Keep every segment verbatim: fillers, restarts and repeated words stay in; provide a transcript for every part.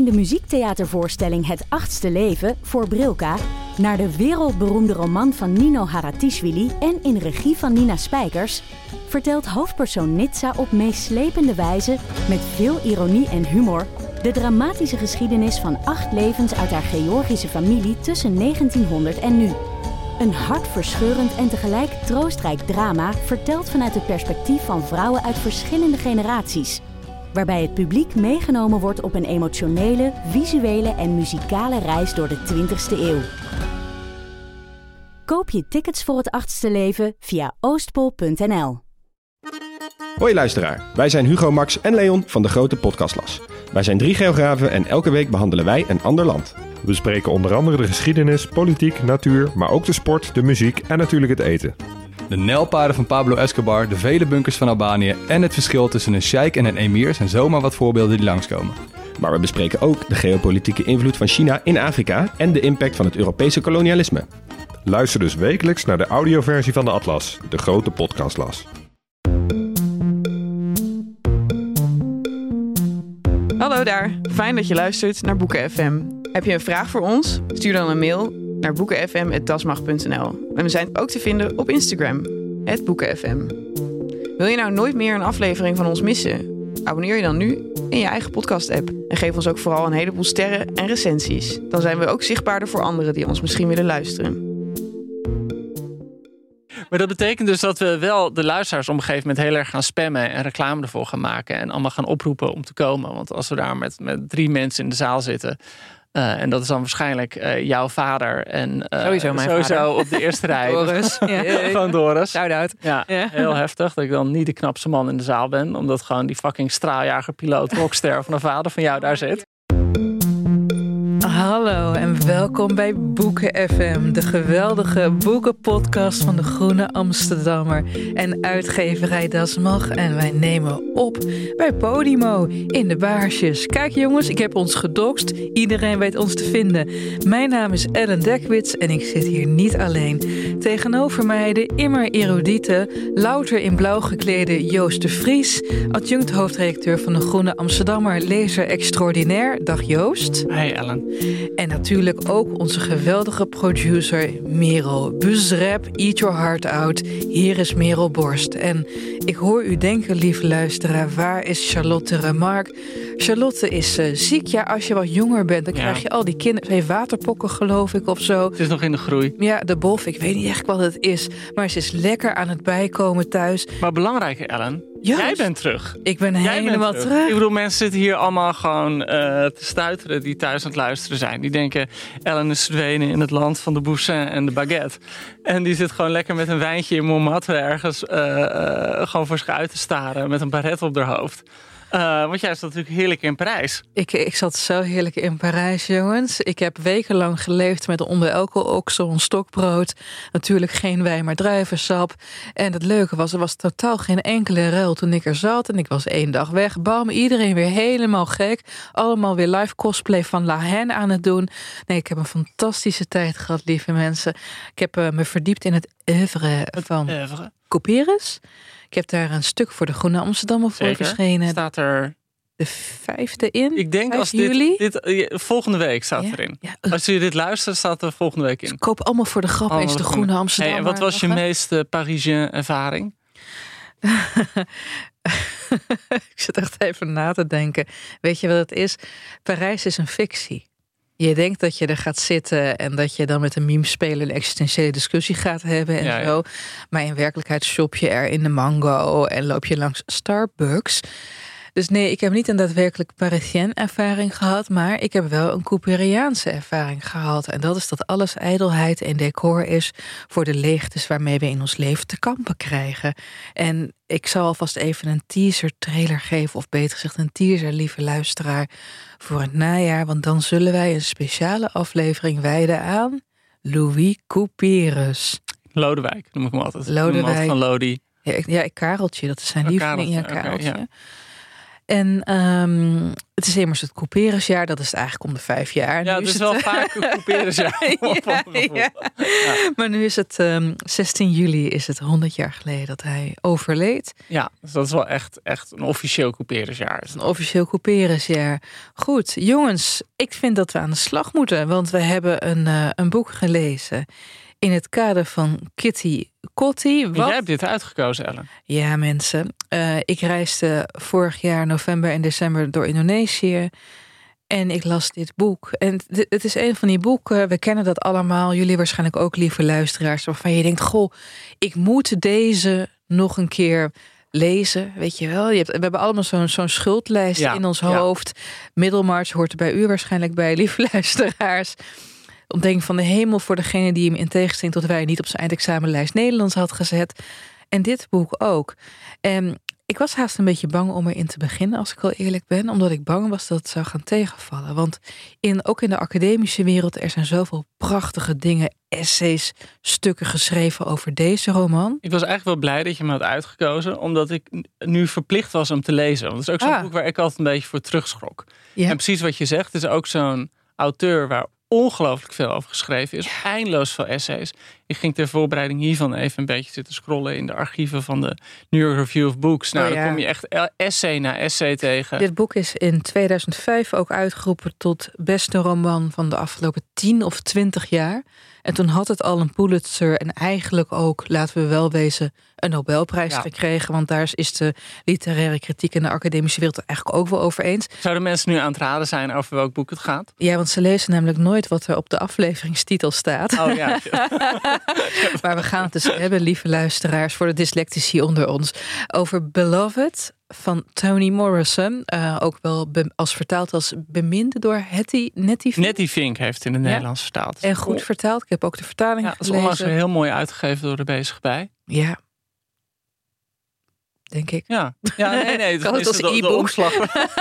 in de muziektheatervoorstelling Het Achtste Leven voor Brilka naar de wereldberoemde roman van Nino Haratischvili en in regie van Nina Spijkers vertelt hoofdpersoon Nitsa op meeslepende wijze met veel ironie en humor de dramatische geschiedenis van acht levens uit haar Georgische familie tussen negentienhonderd en nu. Een hartverscheurend en tegelijk troostrijk drama verteld vanuit het perspectief van vrouwen uit verschillende generaties, waarbij het publiek meegenomen wordt op een emotionele, visuele en muzikale reis door de twintigste eeuw. Koop je tickets voor Het Achtste Leven via oostpol punt n l. Hoi luisteraar, wij zijn Hugo, Max en Leon van de Grote Podcastlas. Wij zijn drie geografen en elke week behandelen wij een ander land. We bespreken onder andere de geschiedenis, politiek, natuur, maar ook de sport, de muziek en natuurlijk het eten. De nijlpaarden van Pablo Escobar, de vele bunkers van Albanië en het verschil tussen een sheik en een emir zijn zomaar wat voorbeelden die langskomen. Maar we bespreken ook de geopolitieke invloed van China in Afrika en de impact van het Europese kolonialisme. Luister dus wekelijks naar de audioversie van de Atlas, de Grote Podcastlas. Hallo daar, fijn dat je luistert naar Boeken F M. Heb je een vraag voor ons? Stuur dan een mail naar boeken f m punt dasmag punt n l. En we zijn ook te vinden op Instagram, at boeken f m. Wil je nou nooit meer een aflevering van ons missen? Abonneer je dan nu in je eigen podcast-app. En geef ons ook vooral een heleboel sterren en recensies. Dan zijn we ook zichtbaarder voor anderen die ons misschien willen luisteren. Maar dat betekent dus dat we wel de luisteraars op een gegeven moment heel erg gaan spammen en reclame ervoor gaan maken en allemaal gaan oproepen om te komen. Want als we daar met, met drie mensen in de zaal zitten, uh, en dat is dan waarschijnlijk uh, jouw vader en uh, sowieso mijn sowieso vader. Op de eerste rij. Doris. Ja. Van Doris. Shout-out. Ja, Ja. heel heftig dat ik dan niet de knapste man in de zaal ben, omdat gewoon die fucking straaljagerpiloot rockster van een vader van jou daar zit. Hallo en welkom bij Boeken F M, de geweldige boekenpodcast van de Groene Amsterdammer en uitgeverij Das Mag. En wij nemen op bij Podimo in de Baarsjes. Kijk jongens, ik heb ons gedokst. Iedereen weet ons te vinden. Mijn naam is Ellen Dekwits en ik zit hier niet alleen. Tegenover mij de immer erudite, louter in blauw geklede Joost de Vries, adjunct hoofdredacteur van de Groene Amsterdammer, lezer extraordinair. Dag Joost. Hey Ellen. En natuurlijk ook onze geweldige producer Merel Buzrep. Eat your heart out. Hier is Merel Borst. En ik hoor u denken, lieve luisteraar, waar is Charlotte Remarque? Charlotte is uh, ziek. Ja, als je wat jonger bent, dan ja. krijg je al die kinderen. Ze heeft waterpokken, geloof ik, of zo. Het is nog in de groei. Ja, de bof. Ik weet niet echt wat het is. Maar ze is lekker aan het bijkomen thuis. Maar belangrijker, Ellen. Juist. Jij bent terug. Ik ben Jij helemaal bent terug. terug. Ik bedoel, mensen zitten hier allemaal gewoon uh, te stuiteren die thuis aan het luisteren zijn. Die denken, Ellen is verdwenen in het land van de boussin en de baguette. En die zit gewoon lekker met een wijntje in Montmartre ergens uh, uh, gewoon voor zich uit te staren met een baret op haar hoofd. Uh, want jij zat natuurlijk heerlijk in Parijs. Ik, ik zat zo heerlijk in Parijs, jongens. Ik heb wekenlang geleefd met onder elke oksel een stokbrood. Natuurlijk geen wijn, maar druivensap. En het leuke was, er was totaal geen enkele ruil toen ik er zat. En ik was één dag weg. Bam, iedereen weer helemaal gek. Allemaal weer live cosplay van La Haine aan het doen. Nee, ik heb een fantastische tijd gehad, lieve mensen. Ik heb uh, me verdiept in het oeuvre van Couperus. Ik heb daar een stuk voor de Groene Amsterdammer voor Zeker. verschenen. Staat er de vijfde in? Ik denk als dit, juli? dit uh, volgende week staat ja? erin. Ja. Als je dit luistert, staat er volgende week in. Dus koop allemaal voor de grap allemaal eens de de Groene Amsterdammer. Hey, en wat was je meest uh, Parisien ervaring? Ik zit echt even na te denken. Weet je wat het is? Parijs is een fictie. Je denkt dat je er gaat zitten en dat je dan met een meme-speler een existentiële discussie gaat hebben en ja, zo. Ja. Maar in werkelijkheid shop je er in de Mango en loop je langs Starbucks. Dus nee, ik heb niet een daadwerkelijk Parisienne ervaring gehad, maar ik heb wel een Couperiaanse ervaring gehad. En dat is dat alles ijdelheid en decor is voor de leegtes waarmee we in ons leven te kampen krijgen. En ik zal alvast even een teaser-trailer geven, of beter gezegd een teaser, lieve luisteraar, voor het najaar. Want dan zullen wij een speciale aflevering wijden aan Louis Couperus. Lodewijk noem ik hem altijd. Lodewijk. Van Lodi. Ja, ik, ja, Kareltje, dat is zijn lieveling. Ja, okay, Kareltje. ja. En um, het is immers het couperensjaar. Dat is het eigenlijk om de vijf jaar. Ja, nu het is, is wel het, vaak een couperensjaar. ja, ja. Ja. Maar nu is het um, zestien juli, is het honderd jaar geleden dat hij overleed. Ja, dus dat is wel echt, echt een officieel couperensjaar. Een officieel couperensjaar. Goed, jongens, ik vind dat we aan de slag moeten. Want we hebben een, uh, een boek gelezen in het kader van Kitty Kotti. Wat... Jij hebt dit uitgekozen, Ellen. Ja, mensen. Uh, ik reisde vorig jaar november en december door Indonesië. En ik las dit boek. En het is een van die boeken, we kennen dat allemaal. Jullie waarschijnlijk ook, lieve luisteraars. Waarvan je denkt, goh, ik moet deze nog een keer lezen. Weet je wel, je hebt, we hebben allemaal zo'n zo'n schuldlijst ja, in ons hoofd. Ja. Middlemarch hoort er bij u waarschijnlijk bij, lieve luisteraars. Ontdekking van de hemel voor degene die hem in tegenstelling tot wij niet op zijn eindexamenlijst Nederlands had gezet. En dit boek ook. En ik was haast een beetje bang om erin te beginnen, als ik wel eerlijk ben. Omdat ik bang was dat het zou gaan tegenvallen. Want in, ook in de academische wereld, er zijn zoveel prachtige dingen, essays, stukken geschreven over deze roman. Ik was eigenlijk wel blij dat je me had uitgekozen, omdat ik nu verplicht was om te lezen. Want het is ook zo'n ah. boek waar ik altijd een beetje voor terugschrok. Ja. En precies wat je zegt, het is ook zo'n auteur waar ongelooflijk veel over geschreven is. Ja. Eindeloos veel essays. Ik ging ter voorbereiding hiervan even een beetje zitten scrollen in de archieven van de New York Review of Books. Nou, oh, ja. Dan kom je echt essay na essay tegen. Dit boek is in tweeduizend vijf ook uitgeroepen tot beste roman van de afgelopen tien of twintig jaar. En toen had het al een Pulitzer en eigenlijk ook, laten we wel wezen, een Nobelprijs ja. gekregen. Want daar is de literaire kritiek in de academische wereld het eigenlijk ook wel over eens. Zouden mensen nu aan het raden zijn over welk boek het gaat? Ja, want ze lezen namelijk nooit wat er op de afleveringstitel staat. Oh ja. Maar we gaan het dus hebben, lieve luisteraars, voor de dyslectici onder ons, over Beloved van Toni Morrison. Uh, ook wel be- als vertaald als beminde door Hetty Nettie Fink. Nettie Fink heeft in het ja. Nederlands vertaald. En goed oh. vertaald. Ik heb ook de vertaling ja, gelezen. Het is onlangs weer heel mooi uitgegeven door de Bezig Bij. Ja. Denk ik. Ja, ja nee, nee. Dat is het de, de omslag.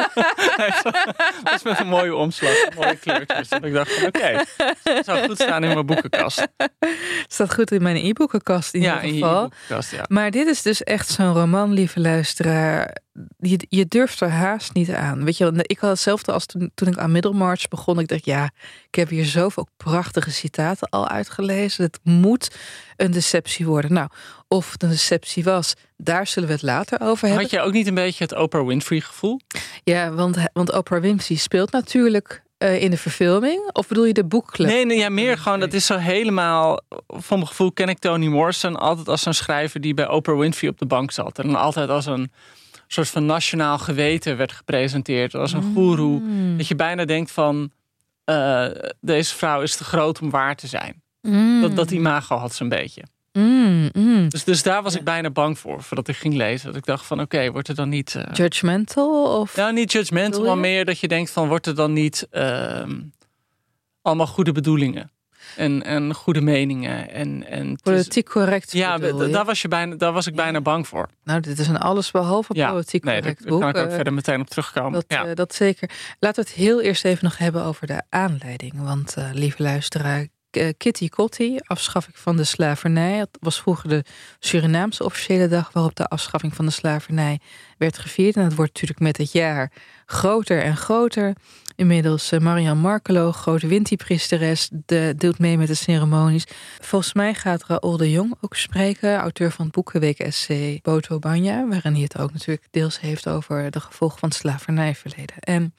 Dat is met een mooie omslag, mooie kleurtjes. Dat ik dacht van oké, okay, het zou goed staan in mijn boekenkast. Het staat goed in mijn e-boekenkast in ja, ieder geval. In je ja. Maar dit is dus echt zo'n roman, lieve luisteraar. Je, je durft er haast niet aan. Weet je, ik had hetzelfde als toen, toen ik aan Middlemarch begon. Ik dacht, ja, ik heb hier zoveel prachtige citaten al uitgelezen. Het moet een deceptie worden. Nou, of het een deceptie was, daar zullen we het later over hebben. Had je ook niet een beetje het Oprah Winfrey gevoel? Ja, want, want Oprah Winfrey speelt natuurlijk uh, in de verfilming. Of bedoel je de boekclub? Nee, nee, ja, meer gewoon, dat is zo helemaal, van mijn gevoel ken ik Toni Morrison altijd als zo'n schrijver die bij Oprah Winfrey op de bank zat. En dan altijd als een soort van nationaal geweten werd gepresenteerd. Als een goeroe. Mm. Dat je bijna denkt van, uh, deze vrouw is te groot om waar te zijn. Mm. Dat, dat imago had ze een beetje. Mm, mm. Dus, dus daar was ik bijna bang voor, voordat ik ging lezen. Dat ik dacht van, oké, okay, wordt er dan niet Uh... judgmental? Of... Nou, niet judgmental, maar meer dat je denkt van, wordt er dan niet Uh, allemaal goede bedoelingen? En, en goede meningen. En, en politiek correct. Ja, d- daar, was je bijna, daar was ik bijna ja. bang voor. Nou, dit is een allesbehalve ja. politiek nee, correct daar, boek. Daar kan ik ook uh, verder meteen op terugkomen. Dat, ja. uh, dat zeker. Laten we het heel eerst even nog hebben over de aanleiding. Want, uh, lieve luisteraar, uh, Kitty Kotti, afschaffing van de slavernij. Het was vroeger de Surinaamse officiële dag waarop de afschaffing van de slavernij werd gevierd. En het wordt natuurlijk met het jaar groter en groter. Inmiddels uh, Marianne Markelo, grote Winti-priesteres, de, doet mee met de ceremonies. Volgens mij gaat Raoul de Jong ook spreken, auteur van het boekenweek-essay Boto Banya, waarin hij het ook natuurlijk deels heeft over de gevolgen van het slavernijverleden. En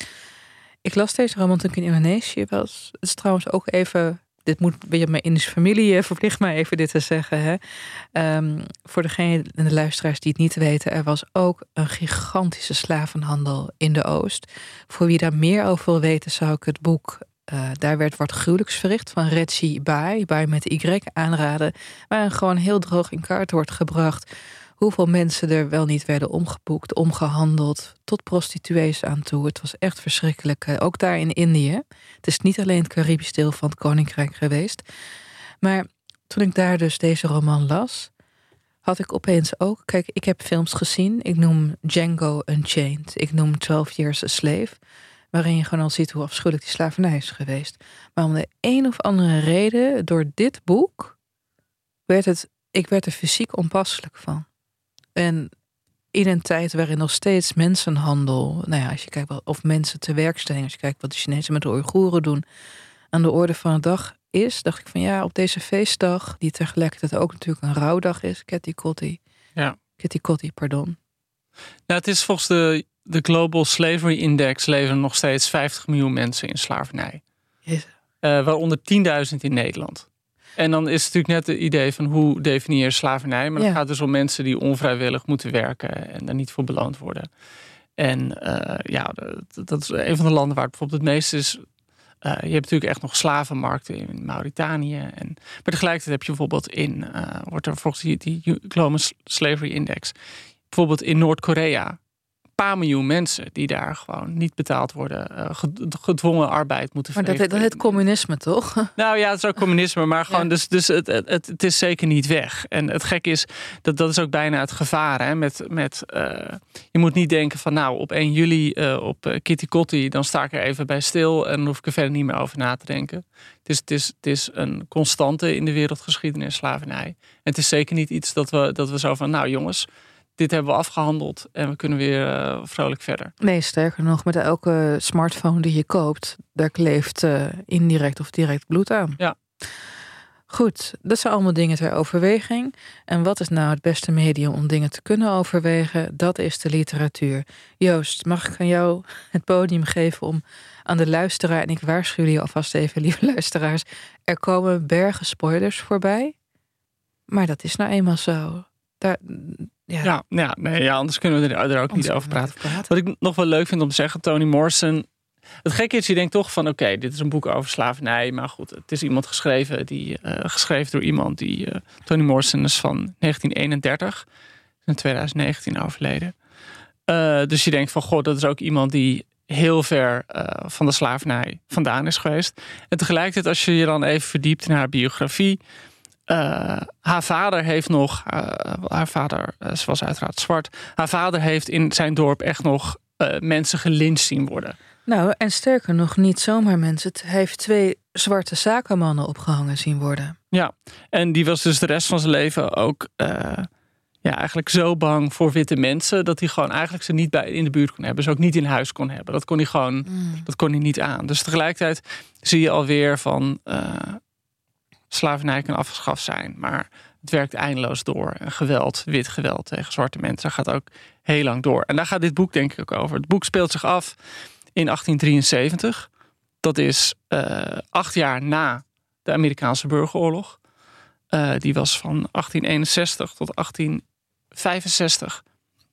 ik las deze roman toen ik in Indonesië was. Het is trouwens ook even, dit moet weer mijn Indische familie verplicht mij even dit te zeggen. Hè. Um, voor degene en de luisteraars die het niet weten, er was ook een gigantische slavenhandel in de Oost. Voor wie daar meer over wil weten, zou ik het boek Uh, daar werd wordt gruwelijks verricht van Reggie Bai, Bai met de Y aanraden, waarin gewoon heel droog in kaart wordt gebracht hoeveel mensen er wel niet werden omgeboekt, omgehandeld, tot prostituees aan toe. Het was echt verschrikkelijk. Uh, ook daar in Indië. Het is niet alleen het Caribisch deel van het Koninkrijk geweest. Maar toen ik daar dus deze roman las, had ik opeens ook, kijk, ik heb films gezien. Ik noem Django Unchained. Ik noem twelve Years a Slave. Waarin je gewoon al ziet hoe afschuwelijk die slavernij is geweest. Maar om de een of andere reden, door dit boek, werd het, ik werd er fysiek onpasselijk van. En in een tijd waarin nog steeds mensenhandel, nou ja, als je kijkt wat, of mensen te werkstelling, als je kijkt wat de Chinezen met de Oeigoeren doen, aan de orde van de dag is, dacht ik van ja, op deze feestdag, die tegelijkertijd ook natuurlijk een rouwdag is, Kitty Kotti. Ja. Kitty Kotti, pardon. Nou, het is volgens de, de Global Slavery Index leven nog steeds vijftig miljoen mensen in slavernij. Yes. Uh, waaronder tienduizend in Nederland. En dan is het natuurlijk net het idee van hoe definieer je slavernij. Maar ja. Het gaat dus om mensen die onvrijwillig moeten werken en daar niet voor beloond worden. En uh, ja, dat, dat is een van de landen waar het bijvoorbeeld het meest is. Uh, je hebt natuurlijk echt nog slavenmarkten in Mauritanië. En, maar tegelijkertijd heb je bijvoorbeeld in, uh, wordt er volgens die, die Global Slavery Index, bijvoorbeeld in Noord-Korea, een paar miljoen mensen die daar gewoon niet betaald worden, uh, gedwongen arbeid moeten verrichten. Maar dat, dat heet communisme, toch? Nou ja, het is ook communisme, maar gewoon, ja. dus, dus het, het, het, het is zeker niet weg. En het gekke is, dat, dat is ook bijna het gevaar. Hè, met, met, uh, je moet niet denken van, nou, op één juli uh, op uh, Kitty Kotti, dan sta ik er even bij stil en dan hoef ik er verder niet meer over na te denken. Het is, het is, het is een constante in de wereldgeschiedenis, slavernij. En het is zeker niet iets dat we, dat we zo van, nou jongens, dit hebben we afgehandeld en we kunnen weer uh, vrolijk verder. Nee, sterker nog, met elke smartphone die je koopt, daar kleeft uh, indirect of direct bloed aan. Ja. Goed, dat zijn allemaal dingen ter overweging. En wat is nou het beste medium om dingen te kunnen overwegen? Dat is de literatuur. Joost, mag ik aan jou het podium geven om aan de luisteraar, en ik waarschuw jullie alvast even, lieve luisteraars, er komen bergen spoilers voorbij. Maar dat is nou eenmaal zo. Daar, ja. Ja, ja, nee, ja, anders kunnen we er, er ook anders niet over praten. praten. Wat ik nog wel leuk vind om te zeggen, Toni Morrison. Het gekke is, je denkt toch van, oké, okay, dit is een boek over slavernij. Maar goed, het is iemand geschreven, die, uh, geschreven door iemand die... Uh, Toni Morrison is van negentien eenendertig. In twintig negentien overleden. Uh, dus je denkt van, god, dat is ook iemand die heel ver uh, van de slavernij vandaan is geweest. En tegelijkertijd, als je je dan even verdiept in haar biografie, Uh, haar vader heeft nog, uh, haar vader, uh, ze was uiteraard zwart, haar vader heeft in zijn dorp echt nog uh, mensen gelyncht zien worden. Nou, en sterker nog, niet zomaar mensen. Het heeft twee zwarte zakenmannen opgehangen zien worden. Ja, en die was dus de rest van zijn leven ook uh, ja, eigenlijk zo bang voor witte mensen, dat hij gewoon eigenlijk ze niet bij in de buurt kon hebben. Ze ook niet in huis kon hebben. Dat kon hij gewoon, mm. dat kon hij niet aan. Dus tegelijkertijd zie je alweer van Uh, slavernij kan afgeschaft zijn, maar het werkt eindeloos door. En geweld, wit geweld tegen zwarte mensen, gaat ook heel lang door. En daar gaat dit boek denk ik ook over. Het boek speelt zich af in achttien drieënzeventig. Dat is uh, acht jaar na de Amerikaanse burgeroorlog. Uh, die was van achttien eenenzestig tot achttien vijfenzestig.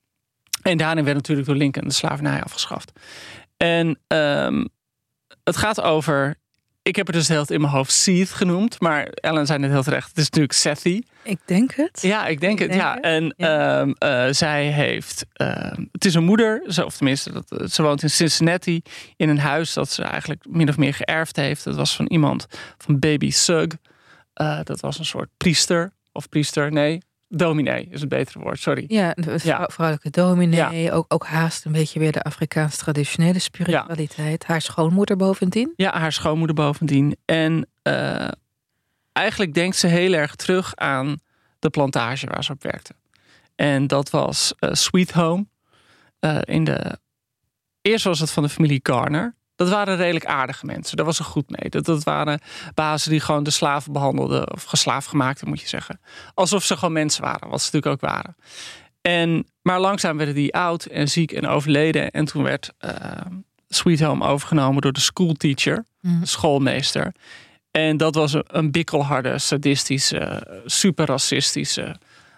En daarin werd natuurlijk door Lincoln de slavernij afgeschaft. En um, het gaat over, ik heb het dus heel in mijn hoofd Seath genoemd, maar Ellen zei net heel terecht, het is natuurlijk Sethi. Ik denk het. Ja, ik denk ik het. Denk ja. het. En ja. Um, uh, zij heeft, um, het is een moeder, of tenminste, dat, ze woont in Cincinnati in een huis dat ze eigenlijk min of meer geërfd heeft. Dat was van iemand, van Baby Sugg. Uh, dat was een soort priester, of priester, nee, dominee is het betere woord, sorry. Ja, de ja. vrouwelijke dominee, ja. ook, ook haast een beetje weer de Afrikaans traditionele spiritualiteit. Ja. Haar schoonmoeder bovendien? Ja, haar schoonmoeder bovendien. En uh, eigenlijk denkt ze heel erg terug aan de plantage waar ze op werkte. En dat was uh, Sweet Home. Uh, in de... Eerst was het van de familie Garner. Dat waren redelijk aardige mensen. Daar was ze goed mee. Dat, dat waren bazen die gewoon de slaven behandelden, of geslaafgemaakten moet je zeggen. Alsof ze gewoon mensen waren, wat ze natuurlijk ook waren. En, maar langzaam werden die oud en ziek en overleden. En toen werd uh, Sweet Home overgenomen door de schoolteacher, mm. de schoolmeester. En dat was een, een bikkelharde, sadistische, super racistische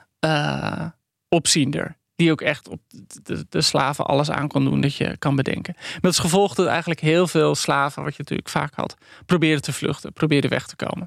uh, opziender. Die ook echt op de, de slaven alles aan kon doen dat je kan bedenken. Met als gevolg dat eigenlijk heel veel slaven, wat je natuurlijk vaak had, probeerden te vluchten, probeerden weg te komen.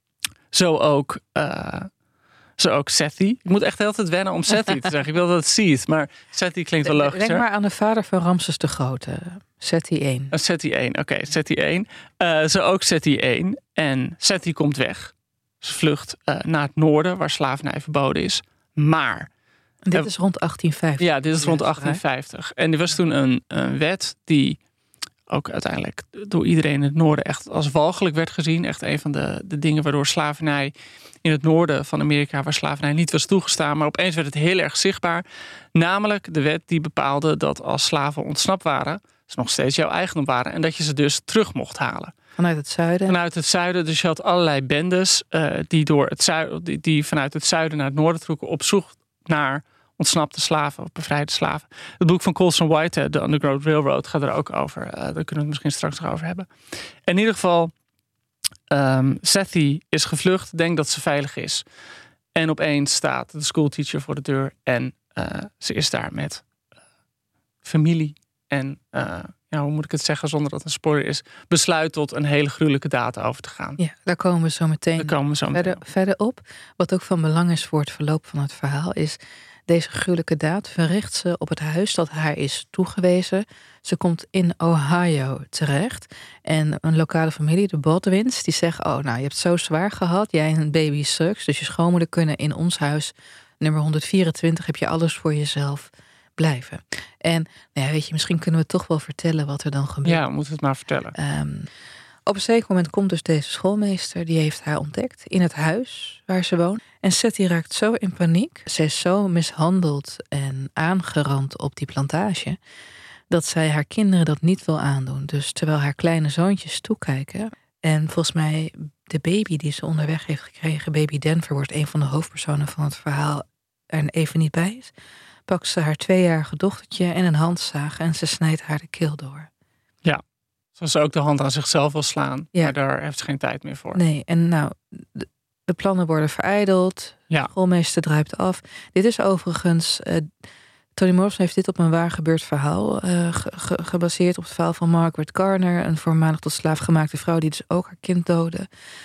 Zo ook, uh, zo ook Sethi. Ik moet echt heel tijd wennen om Sethi te zeggen. Ik wil dat het Seath, maar Sethi klinkt wel logischer. Denk maar aan de vader van Ramses de Grote. Sethi één. Uh, Sethi één, oké. Okay, Sethi één. Uh, zo ook Sethi één. En Sethi komt weg. Ze vlucht uh, naar het noorden, waar slavernij verboden is. Maar dit is rond achttien vijftig. Ja, dit is rond achttien vijftig. En er was toen een, een wet die ook uiteindelijk door iedereen in het noorden echt als walgelijk werd gezien. Echt een van de, de dingen waardoor slavernij in het noorden van Amerika, waar slavernij niet was toegestaan, maar opeens werd het heel erg zichtbaar. Namelijk de wet die bepaalde dat als slaven ontsnapt waren, ze nog steeds jouw eigendom waren en dat je ze dus terug mocht halen. Vanuit het zuiden? Vanuit het zuiden. Dus je had allerlei bendes uh, die, door het zuiden, die, die vanuit het zuiden naar het noorden trokken op zoek naar ontsnapte slaven of bevrijde slaven. Het boek van Colson Whitehead, The Underground Railroad, gaat er ook over. Uh, daar kunnen we het misschien straks nog over hebben. In ieder geval, um, Sethi is gevlucht, denkt dat ze veilig is. En opeens staat de schoolteacher voor de deur en uh, ze is daar met uh, familie en uh, ja, hoe moet ik het zeggen zonder dat het een spoiler is, besluit tot een hele gruwelijke daad over te gaan. Ja, daar komen we zo meteen, daar komen we zo meteen verder, verder op. Wat ook van belang is voor het verloop van het verhaal is, deze gruwelijke daad verricht ze op het huis dat haar is toegewezen. Ze komt in Ohio terecht. En een lokale familie, de Baldwins, die zeggen, oh, nou, je hebt het zo zwaar gehad. Jij en baby sucks. Dus je schoonmoeder kunnen in ons huis, nummer honderdvierentwintig, heb je alles voor jezelf blijven. En nou ja, weet je, misschien kunnen we toch wel vertellen wat er dan gebeurt. Ja, we moeten het maar vertellen. Um, op een zeker moment komt dus deze schoolmeester, die heeft haar ontdekt in het huis waar ze woont. En Sethi raakt zo in paniek. Ze is zo mishandeld en aangerand op die plantage, dat zij haar kinderen dat niet wil aandoen. Dus terwijl haar kleine zoontjes toekijken, en volgens mij de baby die ze onderweg heeft gekregen, baby Denver, wordt een van de hoofdpersonen van het verhaal, er even niet bij is, pakt ze haar tweejarige dochtertje en een handzaag en ze snijdt haar de keel door. Ja, zoals ze ook de hand aan zichzelf wil slaan, ja. Maar daar heeft ze geen tijd meer voor. Nee, en nou, de, de plannen worden verijdeld, ja. De schoolmeester druipt af. Dit is overigens, uh, Toni Morrison heeft dit op een waar gebeurd verhaal uh, ge, ge, gebaseerd op het verhaal van Margaret Garner, een voormalig tot slaaf gemaakte vrouw die dus ook haar kind doodde.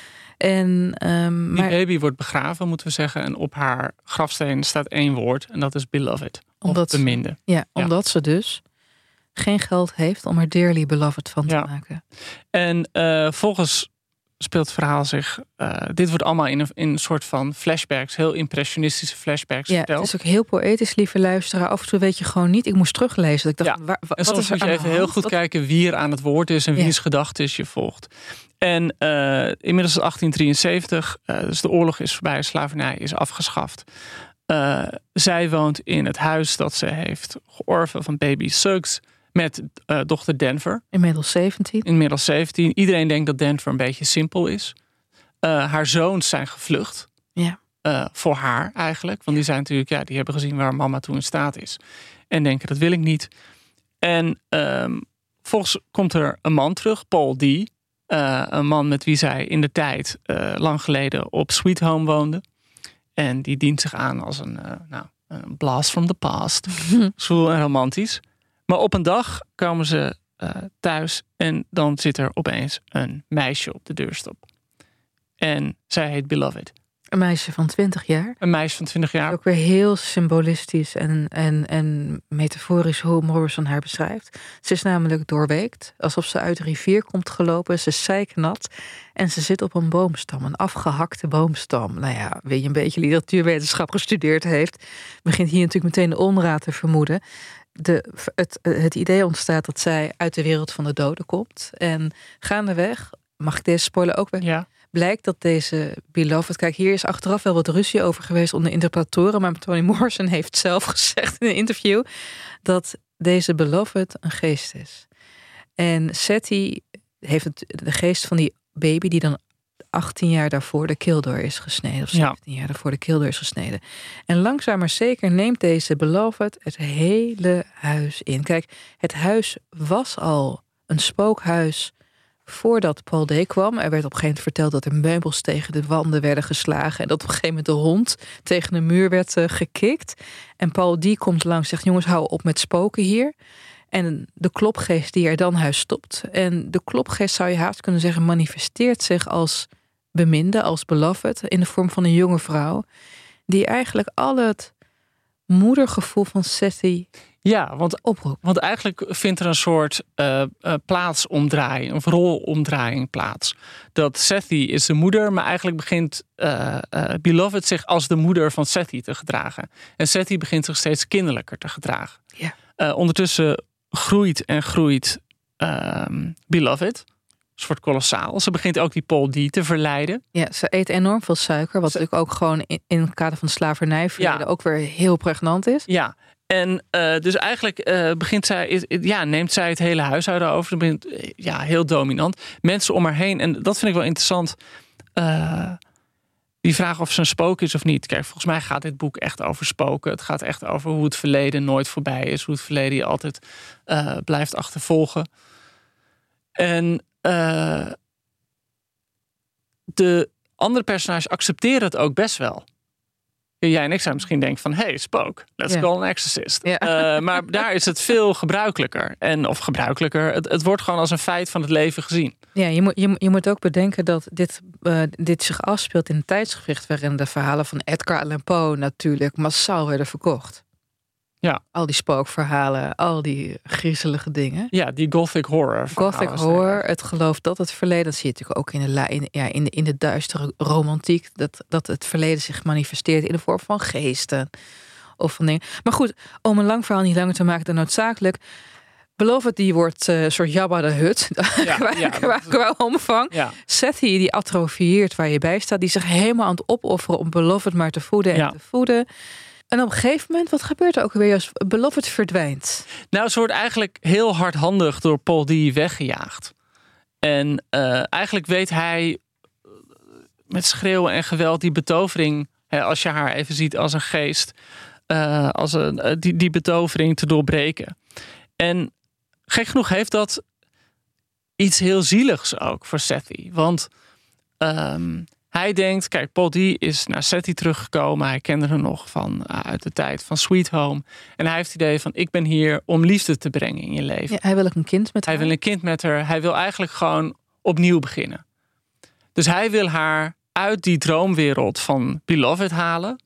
En, um, die maar, baby wordt begraven, moeten we zeggen. En op haar grafsteen staat één woord. En dat is beloved. Omdat, of beminde. Ja, ja, omdat ze dus geen geld heeft om er dearly beloved van te ja. maken. En uh, volgens speelt het verhaal zich... Uh, dit wordt allemaal in een, in een soort van flashbacks. Heel impressionistische flashbacks ja, verteld. Het is ook heel poëtisch, lieve luisteraar. Af en toe weet je gewoon niet. Ik moest teruglezen. Ik dacht, ja. waar, wat en soms is er moet je even heel goed wat... kijken wie er aan het woord is en wie's ja. gedachtes je volgt. En uh, inmiddels is achttien drieënzeventig, uh, dus de oorlog is voorbij, slavernij is afgeschaft. Uh, zij woont in het huis dat ze heeft georven van baby Suggs met uh, dochter Denver. Inmiddels zeventien. Inmiddels zeventien. Iedereen denkt dat Denver een beetje simpel is. Uh, haar zoons zijn gevlucht. Ja. Uh, voor haar eigenlijk. Want die zijn natuurlijk, ja, die hebben gezien waar mama toe in staat is. En denken, dat wil ik niet. En um, volgens komt er een man terug, Paul D. Uh, een man met wie zij in de tijd uh, lang geleden op Sweet Home woonde. En die dient zich aan als een, uh, nou, een blast from the past. Zwoel en romantisch. Maar op een dag komen ze uh, thuis en dan zit er opeens een meisje op de deurstop. En zij heet Beloved. Een meisje van twintig jaar. Een meisje van twintig jaar. Ook weer heel symbolistisch en, en, en metaforisch hoe Morrison haar beschrijft. Ze is namelijk doorweekt, alsof ze uit de rivier komt gelopen. Ze is zeiknat en ze zit op een boomstam, een afgehakte boomstam. Nou ja, wie je een beetje literatuurwetenschap gestudeerd heeft, begint hier natuurlijk meteen de onraad te vermoeden. De, het, het idee ontstaat dat zij uit de wereld van de doden komt. En gaandeweg, mag ik deze spoiler ook weg? Ja. Blijkt dat deze Beloved... Kijk, hier is achteraf wel wat ruzie over geweest onder interpretatoren, maar Toni Morrison heeft zelf gezegd in een interview dat deze Beloved een geest is. En Sethi heeft het, de geest van die baby die dan achttien jaar daarvoor de keel door is gesneden. Of zeventien ja. jaar daarvoor de keel door is gesneden. En langzaam maar zeker neemt deze Beloved het hele huis in. Kijk, het huis was al een spookhuis voordat Paul D. kwam. Er werd op een gegeven moment verteld dat er meubels tegen de wanden werden geslagen. En dat op een gegeven moment de hond tegen de muur werd uh, gekikt. En Paul D. komt langs en zegt, jongens, hou op met spoken hier. En de klopgeest die er dan huis stopt. En de klopgeest, zou je haast kunnen zeggen, manifesteert zich als beminde, als beloved, in de vorm van een jonge vrouw, die eigenlijk al het moedergevoel van Sethi ja, want, oproept. Want eigenlijk vindt er een soort uh, uh, plaatsomdraaiing, of rolomdraaiing plaats. Dat Sethi is de moeder, maar eigenlijk begint uh, uh, Beloved zich als de moeder van Sethi te gedragen. En Sethi begint zich steeds kinderlijker te gedragen. Ja. Uh, ondertussen groeit en groeit um, Beloved. Een soort kolossaal. Ze begint ook die Paul D. te verleiden. Ja, ze eet enorm veel suiker. Wat ze... natuurlijk ook gewoon in, in het kader van de slavernij ja. ook weer heel pregnant is. Ja, en uh, dus eigenlijk uh, begint zij, ja, neemt zij het hele huishouden over. Ze begint ja, heel dominant. Mensen om haar heen. En dat vind ik wel interessant. Uh, die vraag of ze een spook is of niet. Kijk, volgens mij gaat dit boek echt over spoken. Het gaat echt over hoe het verleden nooit voorbij is. Hoe het verleden je altijd uh, blijft achtervolgen. En uh, de andere personages accepteren het ook best wel. Jij en ik zou misschien denken van... hey, spook, let's yeah. call an exorcist. Yeah. Uh, maar daar is het veel gebruikelijker. En, of gebruikelijker. Het, het wordt gewoon als een feit van het leven gezien. Ja, je moet, je, je moet ook bedenken dat dit, uh, dit zich afspeelt in een tijdsgevricht... waarin de verhalen van Edgar Allan Poe natuurlijk massaal werden verkocht. Ja. Al die spookverhalen, al die griezelige dingen. Ja, die gothic horror. Gothic horror, het geloof dat het verleden... dat zie je natuurlijk ook in de, in, ja, in de, in de duistere romantiek... Dat, dat het verleden zich manifesteert in de vorm van geesten. Of van dingen. Maar goed, om een lang verhaal niet langer te maken dan noodzakelijk... Beloved, die wordt een uh, soort Jabba de Hut. Ja, qua, ja, qua, qua omvang. Ja. Sethi, die atrofieert waar je bij staat... die zich helemaal aan het opofferen om Beloved maar te voeden en ja. te voeden... En op een gegeven moment, wat gebeurt er ook weer als Beloved verdwijnt? Nou, ze wordt eigenlijk heel hardhandig door Paul D. weggejaagd. En uh, eigenlijk weet hij met schreeuwen en geweld die betovering... Hè, als je haar even ziet als een geest... Uh, als een, uh, die, die betovering te doorbreken. En gek genoeg heeft dat iets heel zieligs ook voor Sethi. Want... Um, Hij denkt, kijk, Paul D. is naar Sethi teruggekomen. Hij kende hem nog van uh, uit de tijd van Sweet Home. En hij heeft het idee van, ik ben hier om liefde te brengen in je leven. Ja, hij wil ook een kind met haar. Hij wil een kind met haar. Hij wil eigenlijk gewoon opnieuw beginnen. Dus hij wil haar uit die droomwereld van Beloved halen.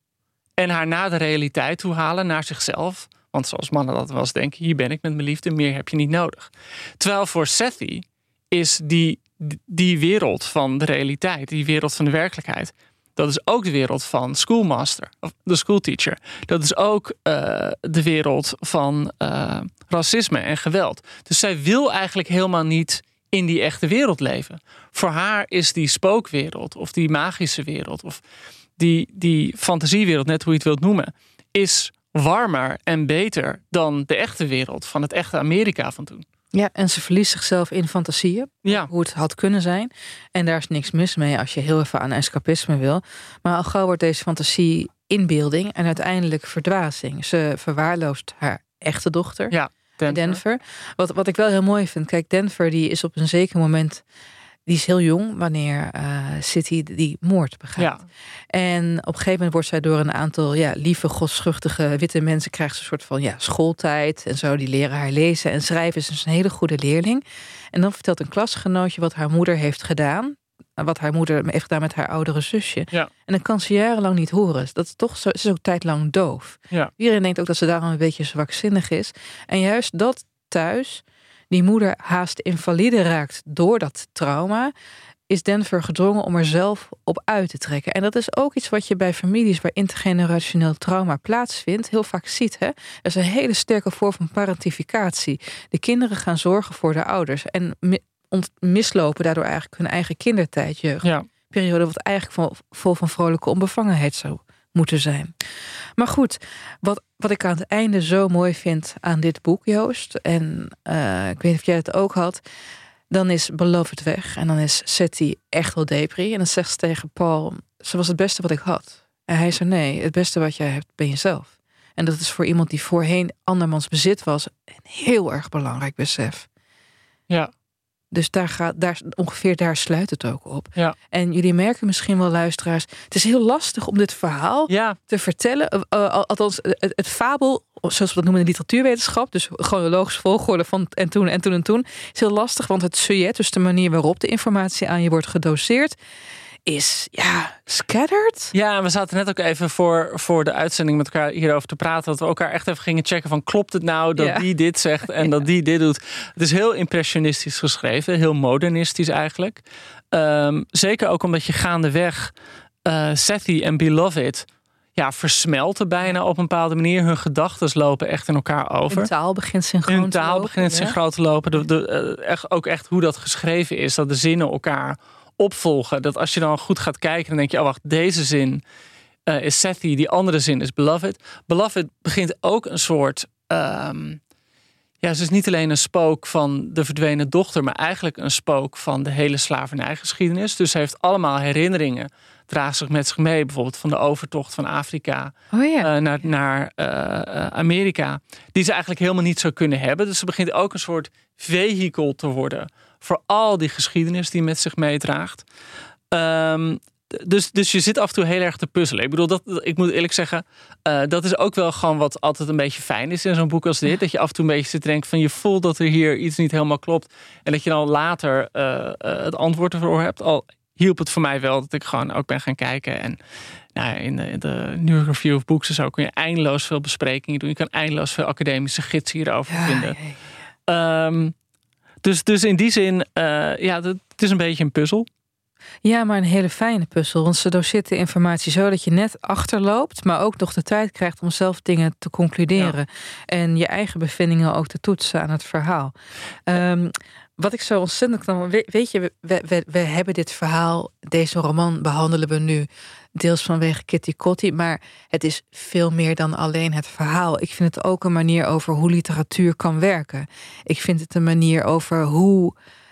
En haar naar de realiteit toe halen, naar zichzelf. Want zoals mannen dat wel eens denken, hier ben ik met mijn liefde, meer heb je niet nodig. Terwijl voor Sethi is die... die wereld van de realiteit, die wereld van de werkelijkheid... dat is ook de wereld van schoolmaster, of de schoolteacher. Dat is ook uh, de wereld van uh, racisme en geweld. Dus zij wil eigenlijk helemaal niet in die echte wereld leven. Voor haar is die spookwereld, of die magische wereld... of die, die fantasiewereld, net hoe je het wilt noemen... is warmer en beter dan de echte wereld van het echte Amerika van toen. Ja, en ze verliest zichzelf in fantasieën. Ja. Hoe het had kunnen zijn. En daar is niks mis mee als je heel even aan escapisme wil. Maar al gauw wordt deze fantasie inbeelding en uiteindelijk verdwazing. Ze verwaarloost haar echte dochter, ja, Denver. Denver. Wat, wat ik wel heel mooi vind. Kijk, Denver die is op een zeker moment... Die is heel jong wanneer uh, Sethi die moord begaat. Ja. En op een gegeven moment wordt zij door een aantal ja, lieve, godschuchtige witte mensen... krijgt ze een soort van ja, schooltijd en zo. Die leren haar lezen en schrijven. Ze is een hele goede leerling. En dan vertelt een klasgenootje wat haar moeder heeft gedaan. Wat haar moeder heeft gedaan met haar oudere zusje. Ja. En dan kan ze jarenlang niet horen. Dat is toch zo, ze is ook tijdlang doof. Ja. Iedereen denkt ook dat ze daarom een beetje zwakzinnig is. En juist dat thuis... die moeder haast invalide raakt door dat trauma... is Denver gedwongen om er zelf op uit te trekken. En dat is ook iets wat je bij families... waar intergenerationeel trauma plaatsvindt... heel vaak ziet. Hè? Er is een hele sterke vorm van parentificatie. De kinderen gaan zorgen voor de ouders... en mislopen daardoor eigenlijk hun eigen kindertijd, jeugdperiode... Ja. wat eigenlijk vol, vol van vrolijke onbevangenheid zou moeten zijn. Maar goed, wat, wat ik aan het einde zo mooi vind aan dit boek, Joost... en uh, ik weet niet of jij het ook had... dan is Beloved weg en dan is Sethi echt wel depri... en dan zegt ze tegen Paul, ze was het beste wat ik had. En hij zei, nee, het beste wat jij hebt ben jezelf. En dat is voor iemand die voorheen andermans bezit was... een heel erg belangrijk besef. Ja. Dus daar gaat, daar, ongeveer daar sluit het ook op. Ja. En jullie merken misschien wel, luisteraars... het is heel lastig om dit verhaal ja. te vertellen. Uh, althans, het, het fabel, zoals we dat noemen in de literatuurwetenschap... dus chronologische volgorde van en toen en toen en toen... is heel lastig, want het sujet, dus de manier waarop de informatie aan je wordt gedoseerd... is, ja, scattered. Ja, we zaten net ook even voor, voor de uitzending met elkaar hierover te praten... dat we elkaar echt even gingen checken van... klopt het nou dat ja. die dit zegt en ja. dat die dit doet? Het is heel impressionistisch geschreven. Heel modernistisch eigenlijk. Um, zeker ook omdat je gaandeweg uh, Sethi en Beloved... ja, versmelten bijna op een bepaalde manier. Hun gedachten lopen echt in elkaar over. Hun taal begint synchroon Hun te taal lopen, begint ja. synchroon te lopen. De, de, uh, echt, ook echt hoe dat geschreven is. Dat de zinnen elkaar opvolgen. Dat als je dan goed gaat kijken, dan denk je, oh wacht, deze zin uh, is Sethi, die andere zin is Beloved. Beloved begint ook een soort... Um, ja, ze is niet alleen een spook van de verdwenen dochter, maar eigenlijk een spook van de hele slavernijgeschiedenis. Dus ze heeft allemaal herinneringen, draagt zich met zich mee, bijvoorbeeld van de overtocht van Afrika oh ja. uh, naar, naar uh, uh, Amerika, die ze eigenlijk helemaal niet zou kunnen hebben. Dus ze begint ook een soort vehikel te worden voor al die geschiedenis die met zich meedraagt. Um, Dus, dus je zit af en toe heel erg te puzzelen. Ik bedoel, dat, ik moet eerlijk zeggen, uh, dat is ook wel gewoon wat altijd een beetje fijn is in zo'n boek als dit. Dat je af en toe een beetje zit te denken van je voelt dat er hier iets niet helemaal klopt. En dat je dan later uh, uh, het antwoord ervoor hebt. Al hielp het voor mij wel dat ik gewoon ook ben gaan kijken. En nou, in de, in de New York Review of Books en zo kun je eindeloos veel besprekingen doen. Je kan eindeloos veel academische gidsen hierover ja, vinden. Ja, ja. Um, dus, dus in die zin, uh, ja, het is een beetje een puzzel. Ja, maar een hele fijne puzzel. Want ze doseert de informatie zo dat je net achterloopt, maar ook nog de tijd krijgt om zelf dingen te concluderen. Ja. En je eigen bevindingen ook te toetsen aan het verhaal. Um, wat ik zo ontzettend knap... Weet je, we, we, we hebben dit verhaal, deze roman behandelen we nu deels vanwege Kitty Kotti, maar het is veel meer dan alleen het verhaal. Ik vind het ook een manier over hoe literatuur kan werken. Ik vind het een manier over hoe...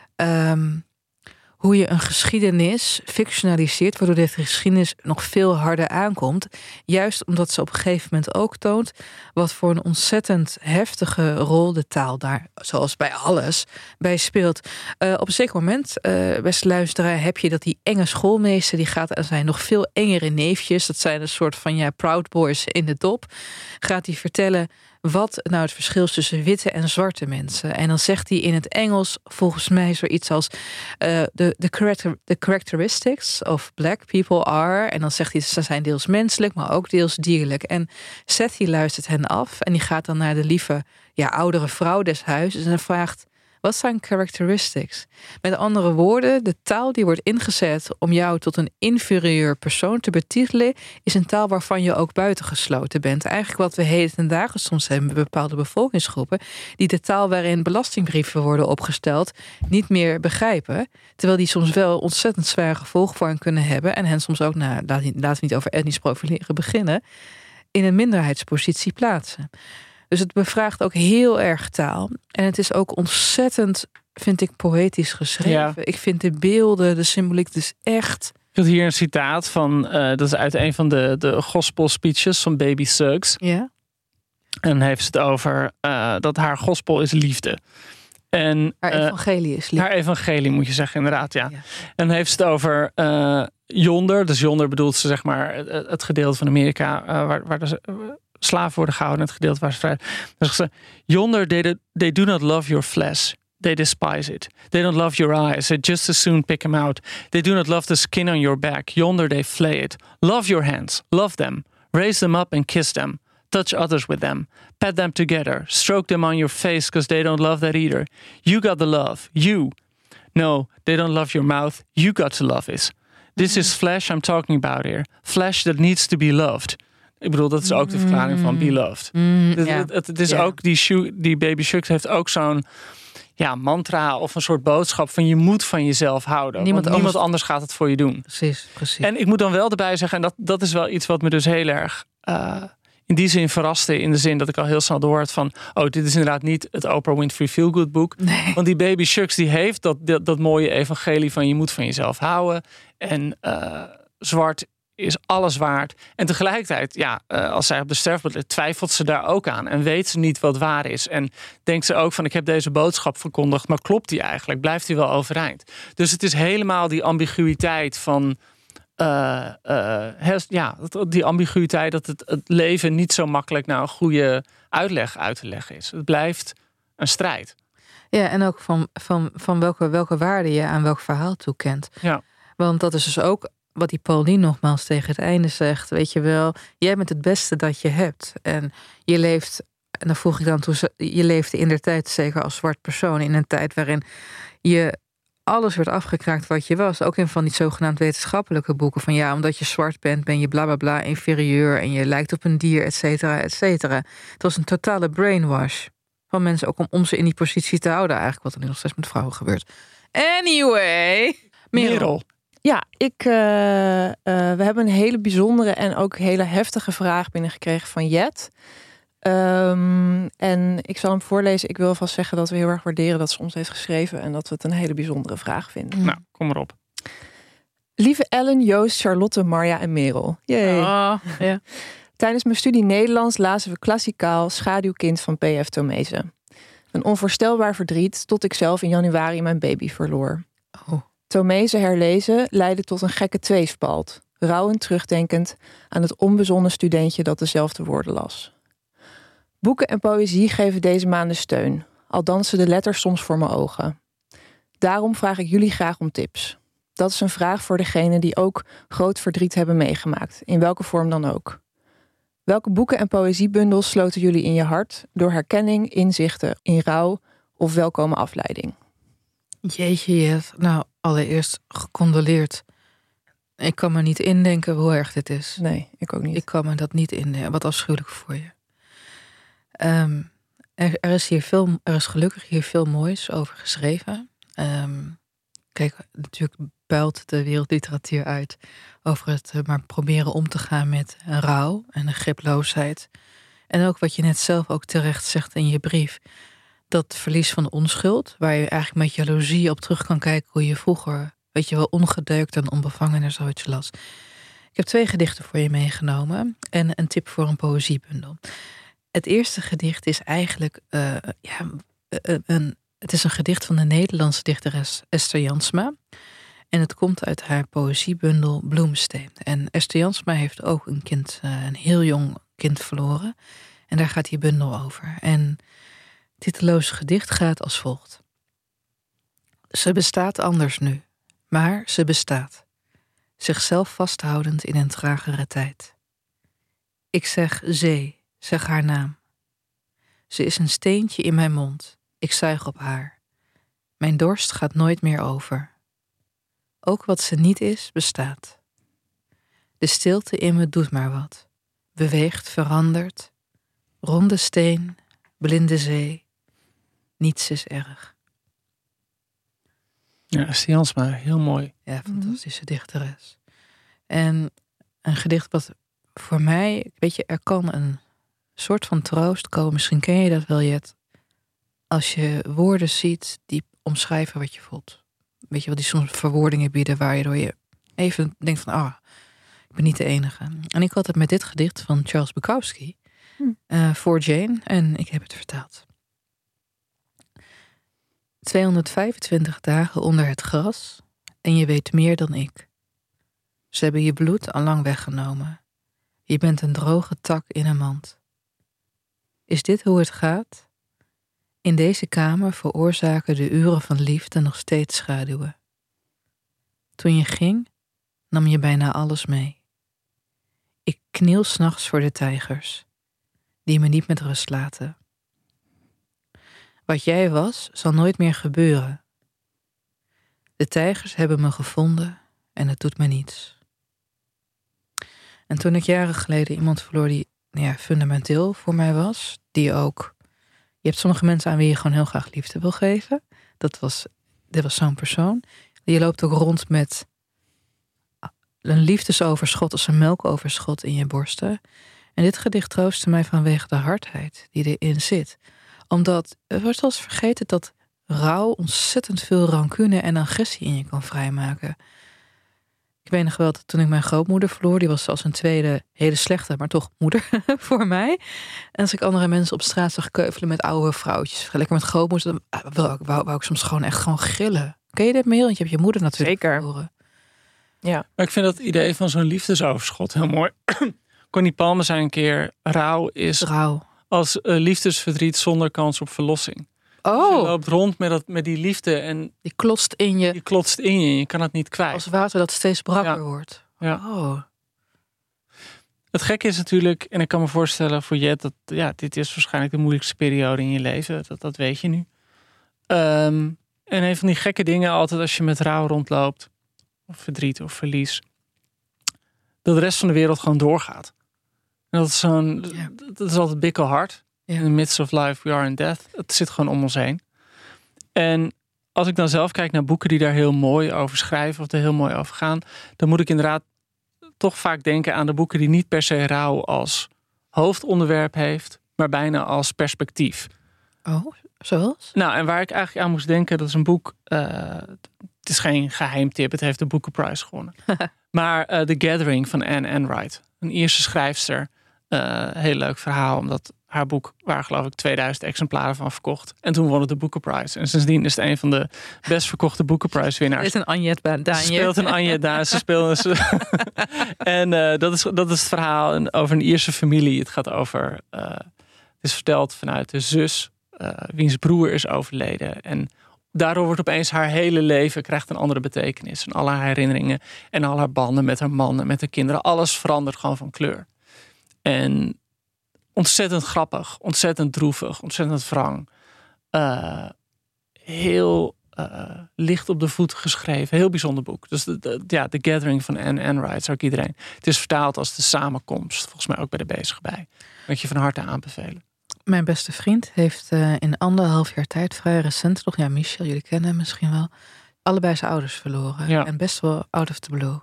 Um, hoe je een geschiedenis fictionaliseert, waardoor deze geschiedenis nog veel harder aankomt. Juist omdat ze op een gegeven moment ook toont wat voor een ontzettend heftige rol de taal daar, zoals bij alles, bij speelt. Uh, op een zeker moment, uh, beste luisteraar, heb je dat die enge schoolmeester, die gaat aan zijn nog veel engere neefjes, dat zijn een soort van ja, Proud Boys in de dop, gaat hij vertellen wat nou het verschil is tussen witte en zwarte mensen. En dan zegt hij in het Engels volgens mij zoiets als uh, the, the, character, the characteristics of black people are. En dan zegt hij ze zijn deels menselijk, maar ook deels dierlijk. En Sethi luistert hen af en die gaat dan naar de lieve ja, oudere vrouw des huizes en vraagt: wat zijn characteristics? Met andere woorden, de taal die wordt ingezet om jou tot een inferieur persoon te betitelen, is een taal waarvan je ook buitengesloten bent. Eigenlijk wat we heden ten dagen soms hebben met bepaalde bevolkingsgroepen, die de taal waarin belastingbrieven worden opgesteld niet meer begrijpen. Terwijl die soms wel ontzettend zware gevolgen voor hen kunnen hebben en hen soms ook, nou, laten we niet over etnisch profileren beginnen, in een minderheidspositie plaatsen. Dus het bevraagt ook heel erg taal. En het is ook ontzettend, vind ik, poëtisch geschreven. Ja. Ik vind de beelden, de symboliek dus echt... Ik had hier een citaat van, uh, dat is uit een van de, de gospel speeches van Baby Suggs. Ja. En heeft ze het over uh, dat haar gospel is liefde. En, haar evangelie is liefde. Haar evangelie moet je zeggen, inderdaad, ja. ja. En heeft ze het over uh, yonder. Dus yonder bedoelt ze zeg maar het, het gedeelte van Amerika uh, waar, waar de... Uh, slaven worden gehouden, het gedeelte waar ze vrij. Dan zegt ze: Yonder they, do, they do not love your flesh. They despise it. They don't love your eyes. They just as soon pick them out. They do not love the skin on your back. Yonder they flay it. Love your hands. Love them. Raise them up and kiss them. Touch others with them. Pat them together. Stroke them on your face because they don't love that either. You got the love. You. No, they don't love your mouth. You got to love it. This is flesh I'm talking about here. Flesh that needs to be loved. Ik bedoel, dat is ook de verklaring van Beloved. Mm, het, ja. het, het, het is ja. ook, die, shoe, die Baby Suggs heeft ook zo'n ja, mantra of een soort boodschap van je moet van jezelf houden. Niemand, want niemand anders... anders gaat het voor je doen. Precies, precies. En ik moet dan wel erbij zeggen, en dat, dat is wel iets wat me dus heel erg uh, in die zin verraste. In de zin dat ik al heel snel door had van, oh, dit is inderdaad niet het Oprah Winfrey Feel Good boek. Nee. Want die Baby Suggs die heeft dat, dat, dat mooie evangelie van je moet van jezelf houden. En uh, zwart is alles waard. En tegelijkertijd, ja, als zij op de sterfbed ligt, twijfelt ze daar ook aan. En weet ze niet wat waar is. En denkt ze ook van, ik heb deze boodschap verkondigd, maar klopt die eigenlijk? Blijft die wel overeind? Dus het is helemaal die ambiguïteit van... Uh, uh, herst, ja, die ambiguïteit dat het, het leven niet zo makkelijk naar een goede uitleg uit te leggen is. Het blijft een strijd. Ja, en ook van, van, van welke, welke waarde je aan welk verhaal toekent. Ja. Want dat is dus ook wat die Pauline nogmaals tegen het einde zegt. Weet je wel, jij bent het beste dat je hebt. En je leeft, en dan vroeg ik dan toe, je leefde in der tijd zeker als zwart persoon in een tijd waarin je alles werd afgekraakt wat je was. Ook in van die zogenaamd wetenschappelijke boeken. Van ja, omdat je zwart bent, ben je bla bla bla inferieur. En je lijkt op een dier, et cetera, et cetera. Het was een totale brainwash. Van mensen ook om, om ze in die positie te houden. Eigenlijk wat er nu nog steeds met vrouwen gebeurt. Anyway. Merel. Merel. Ja, ik, uh, uh, we hebben een hele bijzondere en ook hele heftige vraag binnengekregen van Jet. Um, en ik zal hem voorlezen. Ik wil alvast zeggen dat we heel erg waarderen dat ze ons heeft geschreven en dat we het een hele bijzondere vraag vinden. Nou, kom maar op. Lieve Ellen, Joost, Charlotte, Marja en Merel. Yay. Oh, ja. Tijdens mijn studie Nederlands lazen we klassikaal Schaduwkind van P F Tomezen. Een onvoorstelbaar verdriet tot ik zelf in januari mijn baby verloor. Oh. Tomezen herlezen leidde tot een gekke tweespalt. Rouwend terugdenkend aan het onbezonnen studentje dat dezelfde woorden las. Boeken en poëzie geven deze maanden steun, al dansen de letters soms voor mijn ogen. Daarom vraag ik jullie graag om tips. Dat is een vraag voor degenen die ook groot verdriet hebben meegemaakt, in welke vorm dan ook. Welke boeken en poëziebundels sloten jullie in je hart door herkenning, inzichten in rouw of welkome afleiding? Jeetje, Jet. Nou, allereerst gecondoleerd. Ik kan me niet indenken hoe erg dit is. Nee, ik ook niet. Ik kan me dat niet indenken. Wat afschuwelijk voor je. Um, er, er, is hier veel, er is gelukkig hier veel moois over geschreven. Um, kijk, natuurlijk built de wereldliteratuur uit over het uh, maar proberen om te gaan met een rouw en een griploosheid. En ook wat je net zelf ook terecht zegt in je brief. Dat verlies van de onschuld, waar je eigenlijk met jaloezie op terug kan kijken hoe je vroeger, weet je wel, ongedeukt en onbevangen naar zoiets las. Ik heb twee gedichten voor je meegenomen en een tip voor een poëziebundel. Het eerste gedicht is eigenlijk uh, ja, uh, een, het is een gedicht van de Nederlandse dichteres Esther Jansma. En het komt uit haar poëziebundel Bloemsteen. En Esther Jansma heeft ook een kind, uh, een heel jong kind verloren. En daar gaat die bundel over. En het titeloze gedicht gaat als volgt. Ze bestaat anders nu, maar ze bestaat. Zichzelf vasthoudend in een tragere tijd. Ik zeg zee, zeg haar naam. Ze is een steentje in mijn mond, ik zuig op haar. Mijn dorst gaat nooit meer over. Ook wat ze niet is, bestaat. De stilte in me doet maar wat. Beweegt, verandert. Ronde steen, blinde zee. Niets is erg. Ja, Esther Jansma, heel mooi. Ja, fantastische dichteres. En een gedicht wat voor mij, weet je, er kan een soort van troost komen. Misschien ken je dat wel, Jet. Als je woorden ziet die omschrijven wat je voelt. Weet je wel, die soms verwoordingen bieden waar je door je even denkt van, ah, ik ben niet de enige. En ik had het met dit gedicht van Charles Bukowski hm. uh, voor Jane en ik heb het vertaald. tweehonderdvijfentwintig dagen onder het gras en je weet meer dan ik. Ze hebben je bloed al lang weggenomen. Je bent een droge tak in een mand. Is dit hoe het gaat? In deze kamer veroorzaken de uren van liefde nog steeds schaduwen. Toen je ging, nam je bijna alles mee. Ik kniel 's nachts voor de tijgers, die me niet met rust laten. Wat jij was, zal nooit meer gebeuren. De tijgers hebben me gevonden en het doet me niets. En toen ik jaren geleden iemand verloor die ja, fundamenteel voor mij was, die ook... Je hebt sommige mensen aan wie je gewoon heel graag liefde wil geven. Dat was, dit was zo'n persoon. Je loopt ook rond met een liefdesoverschot als een melkoverschot in je borsten. En dit gedicht troostte mij vanwege de hardheid die erin zit. Omdat, er wordt wel eens vergeten dat rouw ontzettend veel rancune en agressie in je kan vrijmaken. Ik weet nog wel dat toen ik mijn grootmoeder verloor, die was als een tweede hele slechte, maar toch moeder voor mij. En als ik andere mensen op straat zag keuvelen met oude vrouwtjes, lekker met grootmoeder, dan wou, wou, wou ik soms gewoon echt gewoon gillen. Ken je dit meer? Want je hebt je moeder natuurlijk Zeker. verloren. Ja. Maar ik vind dat idee van zo'n liefdesoverschot heel mooi. Connie Palmer zei een keer, rouw is Rouw. als uh, liefdesverdriet zonder kans op verlossing. Oh. Dus je loopt rond met, dat, met die liefde en Die klotst in je. die klotst in je en je kan het niet kwijt. Als water dat steeds brakker Ja. wordt. Ja. Oh. Het gekke is natuurlijk, en ik kan me voorstellen voor Jet, dat ja, dit is waarschijnlijk de moeilijkste periode in je leven. Dat, dat weet je nu. Um, En een van die gekke dingen altijd als je met rouw rondloopt, of verdriet of verlies, dat de rest van de wereld gewoon doorgaat. En dat is zo'n, ja. dat is altijd bikkelhard. Ja. In the midst of life we are in death. Het zit gewoon om ons heen. En als ik dan zelf kijk naar boeken die daar heel mooi over schrijven of er heel mooi over gaan, dan moet ik inderdaad toch vaak denken aan de boeken die niet per se rouw als hoofdonderwerp heeft, maar bijna als perspectief. Oh, zoals? Nou, en waar ik eigenlijk aan moest denken, dat is een boek, uh, het is geen geheimtip, het heeft de Booker gewonnen. maar uh, The Gathering van Anne Enright, een Ierse schrijfster. Uh, heel leuk verhaal, omdat haar boek waren geloof ik tweeduizend exemplaren van verkocht. En toen won het de Booker Prize. En sindsdien is het een van de best verkochte Booker Prize winnaars. Het is een Agniette Daanje. Ze speelt een Agniette Daanje. Ze speelt een... en uh, dat, is, dat is het verhaal over een Ierse familie. Het gaat over... Uh, het is verteld vanuit de zus, uh, wiens broer is overleden. En daardoor wordt opeens haar hele leven krijgt een andere betekenis. En alle haar herinneringen en al haar banden met haar man en met haar kinderen. Alles verandert gewoon van kleur. En ontzettend grappig, ontzettend droevig, ontzettend wrang. Uh, heel uh, licht op de voet geschreven. Heel bijzonder boek. Dus de, de, ja, The Gathering van Anne Enright zou ik iedereen. Het is vertaald als De Samenkomst. Volgens mij ook bij de Bezig bij. Moet je van harte aanbevelen. Mijn beste vriend heeft uh, in anderhalf jaar tijd, vrij recent nog, ja, Michel, jullie kennen hem misschien wel, allebei zijn ouders verloren. Ja. En best wel out of the blue.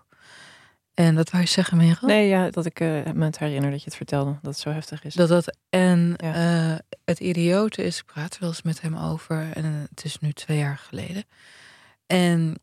En dat wou je zeggen, Merel? Nee, ja, dat ik uh, me het herinner dat je het vertelde. Dat het zo heftig is. Dat dat en ja. uh, het idiote is, ik praat wel eens met hem over. En het is nu twee jaar geleden. En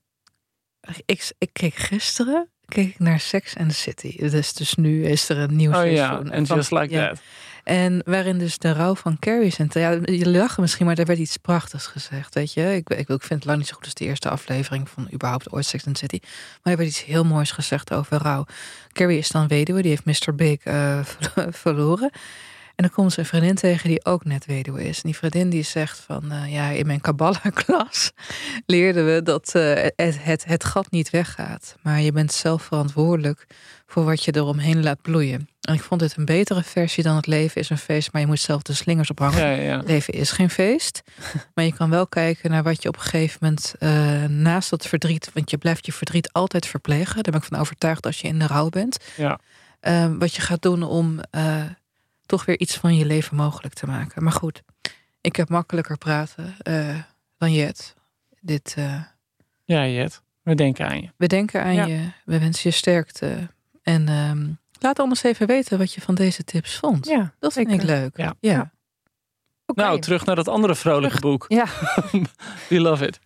ik, ik keek gisteren keek ik naar Sex and the City. Dus, dus nu is er een nieuw seizoen. Oh ja, en just like ja. that. En waarin dus de rouw van Carrie zijn. Ja, je lachen misschien, maar er werd iets prachtigs gezegd, weet je. Ik, ik, ik vind het lang niet zo goed als de eerste aflevering van überhaupt ooit Sex and the City. Maar er werd iets heel moois gezegd over rouw. Carrie is dan weduwe, die heeft mister Big uh, verloren. En dan komt ze een vriendin tegen die ook net weduwe is. En die vriendin die zegt van, uh, ja, in mijn Kabbalah-klas leerden we dat uh, het, het, het gat niet weggaat. Maar je bent zelf verantwoordelijk voor wat je eromheen laat bloeien. En ik vond dit een betere versie dan het leven is een feest, maar je moet zelf de slingers ophangen. Ja, ja. Het leven is geen feest. Maar je kan wel kijken naar wat je op een gegeven moment uh, naast dat verdriet, want je blijft je verdriet altijd verplegen. Daar ben ik van overtuigd als je in de rouw bent. Ja. Uh, wat je gaat doen om uh, toch weer iets van je leven mogelijk te maken. Maar goed, ik heb makkelijker praten uh, dan Jet. Dit, uh, ja, Jet. We denken aan je. We denken aan ja. je. We wensen je sterkte. En um, laat anders even weten wat je van deze tips vond. Ja, dat vind ik leuk. Ja. Ja. Ja. Okay. Nou, terug naar dat andere vrolijke terug. boek. Ja. We love it.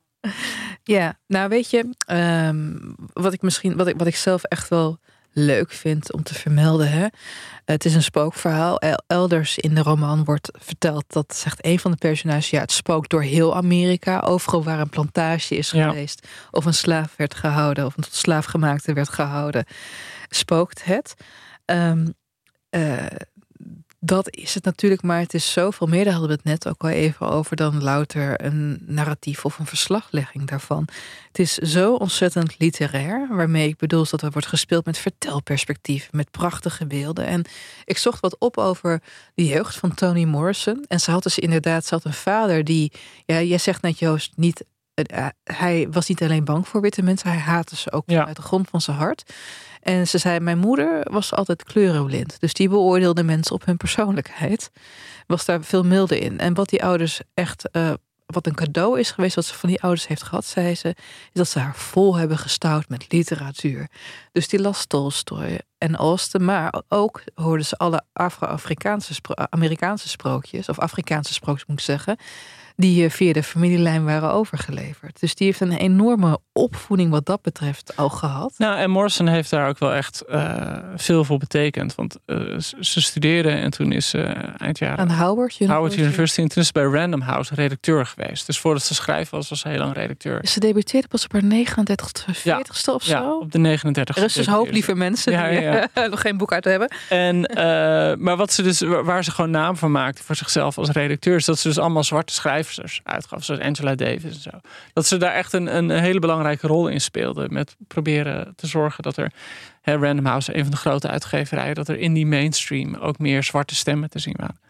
Ja, nou weet je, um, wat ik misschien, wat ik, wat ik zelf echt wel leuk vind om te vermelden. Hè? Het is een spookverhaal. Elders in de roman wordt verteld, dat zegt een van de personages, ja, het spookt door heel Amerika. Overal waar een plantage is ja. geweest, of een slaaf werd gehouden, of een tot slaafgemaakte werd gehouden, spookt het. Um, uh, dat is het natuurlijk, maar het is zoveel meer. Daar hadden we het net ook al even over dan louter een narratief of een verslaglegging daarvan. Het is zo ontzettend literair, waarmee ik bedoel dat er wordt gespeeld met vertelperspectief, met prachtige beelden. En ik zocht wat op over de jeugd van Toni Morrison. En ze had dus inderdaad, ze had een vader die, ja, jij zegt net Joost, niet, uh, hij was niet alleen bang voor witte mensen, hij haatte ze ook ja. uit de grond van zijn hart. En ze zei, mijn moeder was altijd kleurenblind. Dus die beoordeelde mensen op hun persoonlijkheid. Was daar veel milder in. En wat die ouders echt, uh, wat een cadeau is geweest, wat ze van die ouders heeft gehad, zei ze, is dat ze haar vol hebben gestouwd met literatuur. Dus die las Tolstoy en Austen, maar ook hoorden ze alle Afro-Afrikaanse spro- Amerikaanse sprookjes, of Afrikaanse sprookjes moet ik zeggen, die via de familielijn waren overgeleverd. Dus die heeft een enorme opvoeding wat dat betreft al gehad. Nou, en Morrison heeft daar ook wel echt uh, veel voor betekend. Want uh, ze studeerde en toen is ze uh, eind jaren aan Howard University. Howard University. En toen is ze bij Random House redacteur geweest. Dus voordat ze schrijven was, was ze heel lang redacteur. Ze debuteerde pas op haar negenendertigste, veertigste ja, of zo? Ja, op de negenendertigste. Er is dus hoop, lieve mensen, ja, ja, ja. die nog geen boek uit hebben. En, uh, maar wat ze dus, waar ze gewoon naam van maakte voor zichzelf als redacteur, is dat ze dus allemaal zwarte schrijvers uitgaf, zoals Angela Davis en zo. Dat ze daar echt een, een hele belangrijke rol in speelden. Met proberen te zorgen dat er, hè, Random House, een van de grote uitgeverijen, dat er in die mainstream ook meer zwarte stemmen te zien waren.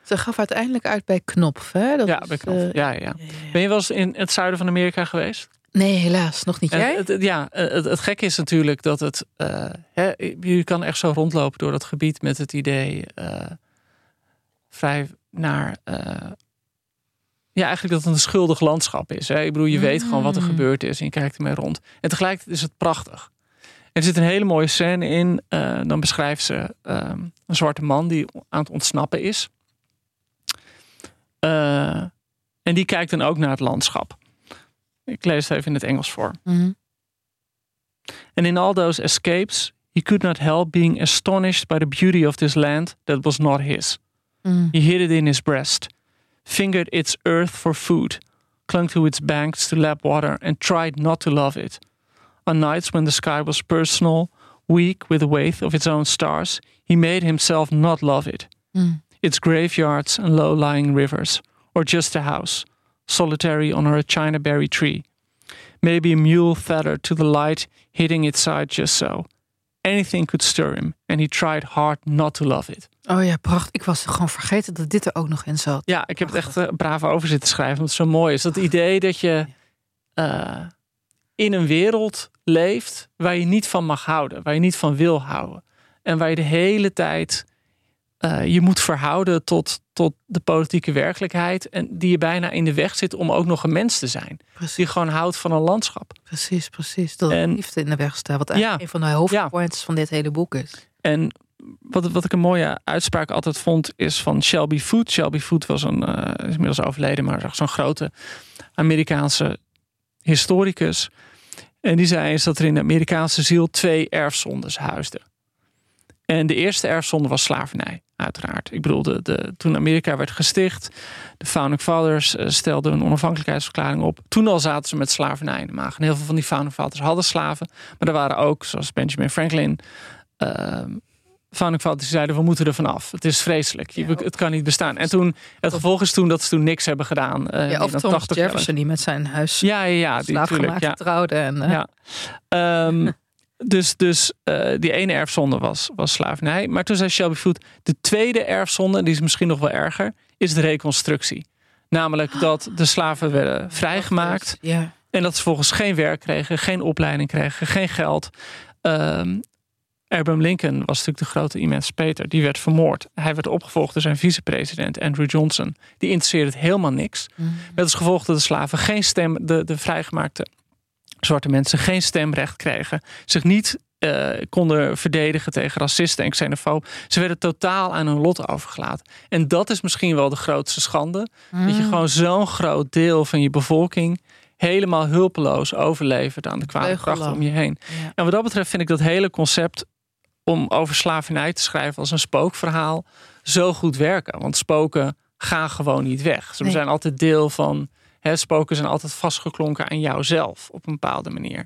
Ze gaf uiteindelijk uit bij Knopf, hè? Dat ja, is, bij Knopf. Uh, ja, ja. Ja, ja. Ben je wel eens in het zuiden van Amerika geweest? Nee, helaas. Nog niet. Jij? Het, het, ja, het, het gekke is natuurlijk dat het... Uh, hè, je kan echt zo rondlopen door dat gebied met het idee... Uh, vrij naar... Uh, ja, eigenlijk dat het een schuldig landschap is. Hè? Ik bedoel, je mm. weet gewoon wat er gebeurd is en je kijkt ermee rond. En tegelijkertijd is het prachtig. Er zit een hele mooie scène in. Uh, dan beschrijft ze um, een zwarte man die aan het ontsnappen is. Uh, en die kijkt dan ook naar het landschap. Ik lees het even in het Engels voor. Mm-hmm. And in all those escapes, he could not help being astonished by the beauty of this land that was not his. Mm. He hid it in his breast, fingered its earth for food, clung to its banks to lap water, and tried not to love it. On nights when the sky was personal, weak with the weight of its own stars, he made himself not love it. Mm. Its graveyards and low-lying rivers, or just a house, solitary under a chinaberry tree. Maybe a mule feathered to the light, hitting its side just so. Anything could stir him, and he tried hard not to love it. Oh ja, prachtig. Ik was gewoon vergeten dat dit er ook nog in zat. Ja, ik heb het echt uh, braaf over zitten schrijven, omdat het zo mooi is. Dat idee dat je uh, in een wereld leeft waar je niet van mag houden, waar je niet van wil houden. En waar je de hele tijd uh, je moet verhouden tot, tot de politieke werkelijkheid. En die je bijna in de weg zit om ook nog een mens te zijn. Precies. Die gewoon houdt van een landschap. Precies, precies. Dat en, liefde in de weg staat. Wat eigenlijk ja, een van de hoofdpoints ja. van dit hele boek is. En wat, wat ik een mooie uitspraak altijd vond, is van Shelby Foote. Shelby Foote was een, uh, is inmiddels overleden, maar zo'n grote Amerikaanse historicus. En die zei eens dat er in de Amerikaanse ziel twee erfzondes huisden. En de eerste erfzonde was slavernij, uiteraard. Ik bedoel, de, de, toen Amerika werd gesticht, de Founding Fathers uh, stelden een onafhankelijkheidsverklaring op. Toen al zaten ze met slavernij in de maag. En heel veel van die Founding Fathers hadden slaven. Maar er waren ook, zoals Benjamin Franklin, uh, Founding Fathers die zeiden, we moeten er vanaf. Het is vreselijk. Je, het kan niet bestaan. En toen, het gevolg is toen dat ze toen niks hebben gedaan. Uh, ja, of Thomas Jefferson die met zijn huis ja, ja, ja, slaafgemaakt ja. trouwde. En, uh. ja. Um, dus dus uh, die ene erfzonde was, was slavernij. Maar toen zei Shelby Foote, de tweede erfzonde, die is misschien nog wel erger, is de reconstructie. Namelijk dat de slaven werden vrijgemaakt. Ja. En dat ze volgens geen werk kregen, geen opleiding kregen, geen geld. Um, Abraham Lincoln was natuurlijk de grote emancipator. Die werd vermoord. Hij werd opgevolgd door zijn vicepresident Andrew Johnson. Die interesseerde het helemaal niks. Mm-hmm. Met als gevolg dat de slaven geen stem, de, de vrijgemaakte zwarte mensen geen stemrecht kregen. Zich niet uh, konden verdedigen tegen racisten en xenofoben. Ze werden totaal aan hun lot overgelaten. En dat is misschien wel de grootste schande. Mm. Dat je gewoon zo'n groot deel van je bevolking helemaal hulpeloos overlevert aan de kwade krachten om je heen. Ja. En wat dat betreft vind ik dat hele concept om over slavernij te schrijven als een spookverhaal zo goed werken. Want spoken gaan gewoon niet weg. Ze nee. zijn altijd deel van... He, spoken zijn altijd vastgeklonken aan jouzelf op een bepaalde manier.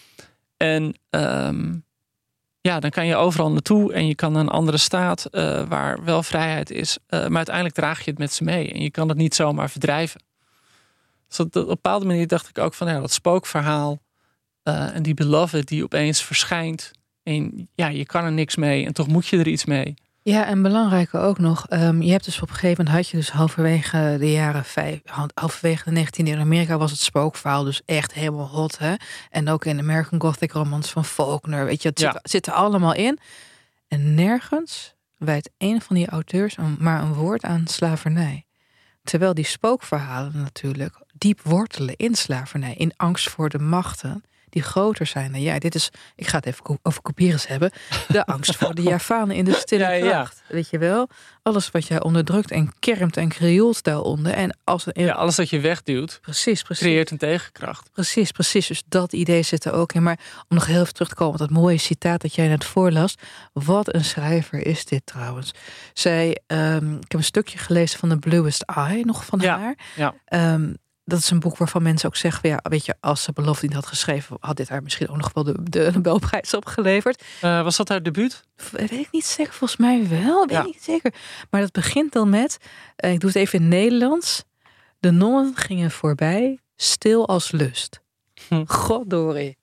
En um, ja, dan kan je overal naartoe en je kan naar een andere staat uh, waar wel vrijheid is. Uh, maar uiteindelijk draag je het met ze mee en je kan het niet zomaar verdrijven. Dus dat, dat, op een bepaalde manier dacht ik ook van ja, dat spookverhaal uh, en die beloved die opeens verschijnt. En ja, je kan er niks mee en toch moet je er iets mee. Ja, en belangrijker ook nog, um, je hebt dus op een gegeven moment had je dus halverwege de jaren vijf, halverwege de negentiende eeuw in Amerika was het spookverhaal dus echt helemaal hot, hè? En ook in American Gothic romans van Faulkner, weet je, het ja. zit, zit er allemaal in. En nergens wijdt een van die auteurs maar een woord aan slavernij. Terwijl die spookverhalen natuurlijk diep wortelen in slavernij, in angst voor de machten die groter zijn dan jij. Dit is, ik ga het even over Couperus hebben. De angst voor de Javanen in de stille ja, kracht. Ja. Weet je wel? Alles wat jij onderdrukt en kermt en krioelt daaronder. En als een, ja, alles dat je wegduwt, precies, precies. creëert een tegenkracht. Precies, precies. Dus dat idee zit er ook in. Maar om nog heel even terug te komen op dat mooie citaat dat jij net voorlas. Wat een schrijver is dit trouwens. Zij, um, ik heb een stukje gelezen van The Bluest Eye, nog van ja, haar. Ja. Um, Dat is een boek waarvan mensen ook zeggen, ja, weet je, als ze Beloved niet had geschreven, had dit haar misschien ook nog wel de, de Nobelprijs opgeleverd. Uh, was dat haar debuut? Weet ik niet zeker, volgens mij wel, weet ja. ik niet zeker. Maar dat begint dan met, uh, ik doe het even in het Nederlands. De nonnen gingen voorbij, stil als lust. Hm. Goddorie.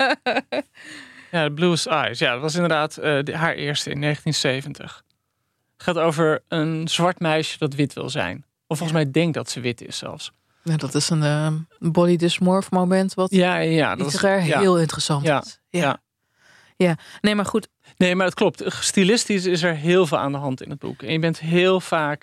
Ja, The Bluest Eyes. Ja, dat was inderdaad uh, de, haar eerste in negentien zeventig. Het gaat over een zwart meisje dat wit wil zijn. Of volgens mij denkt dat ze wit is zelfs. Ja, dat is een uh, body dysmorph moment wat ja, ja, dat literair is, ja. heel interessant ja. is. Ja. Ja. ja, nee, maar goed. Nee, maar het klopt. Stilistisch is er heel veel aan de hand in het boek. En je bent heel vaak...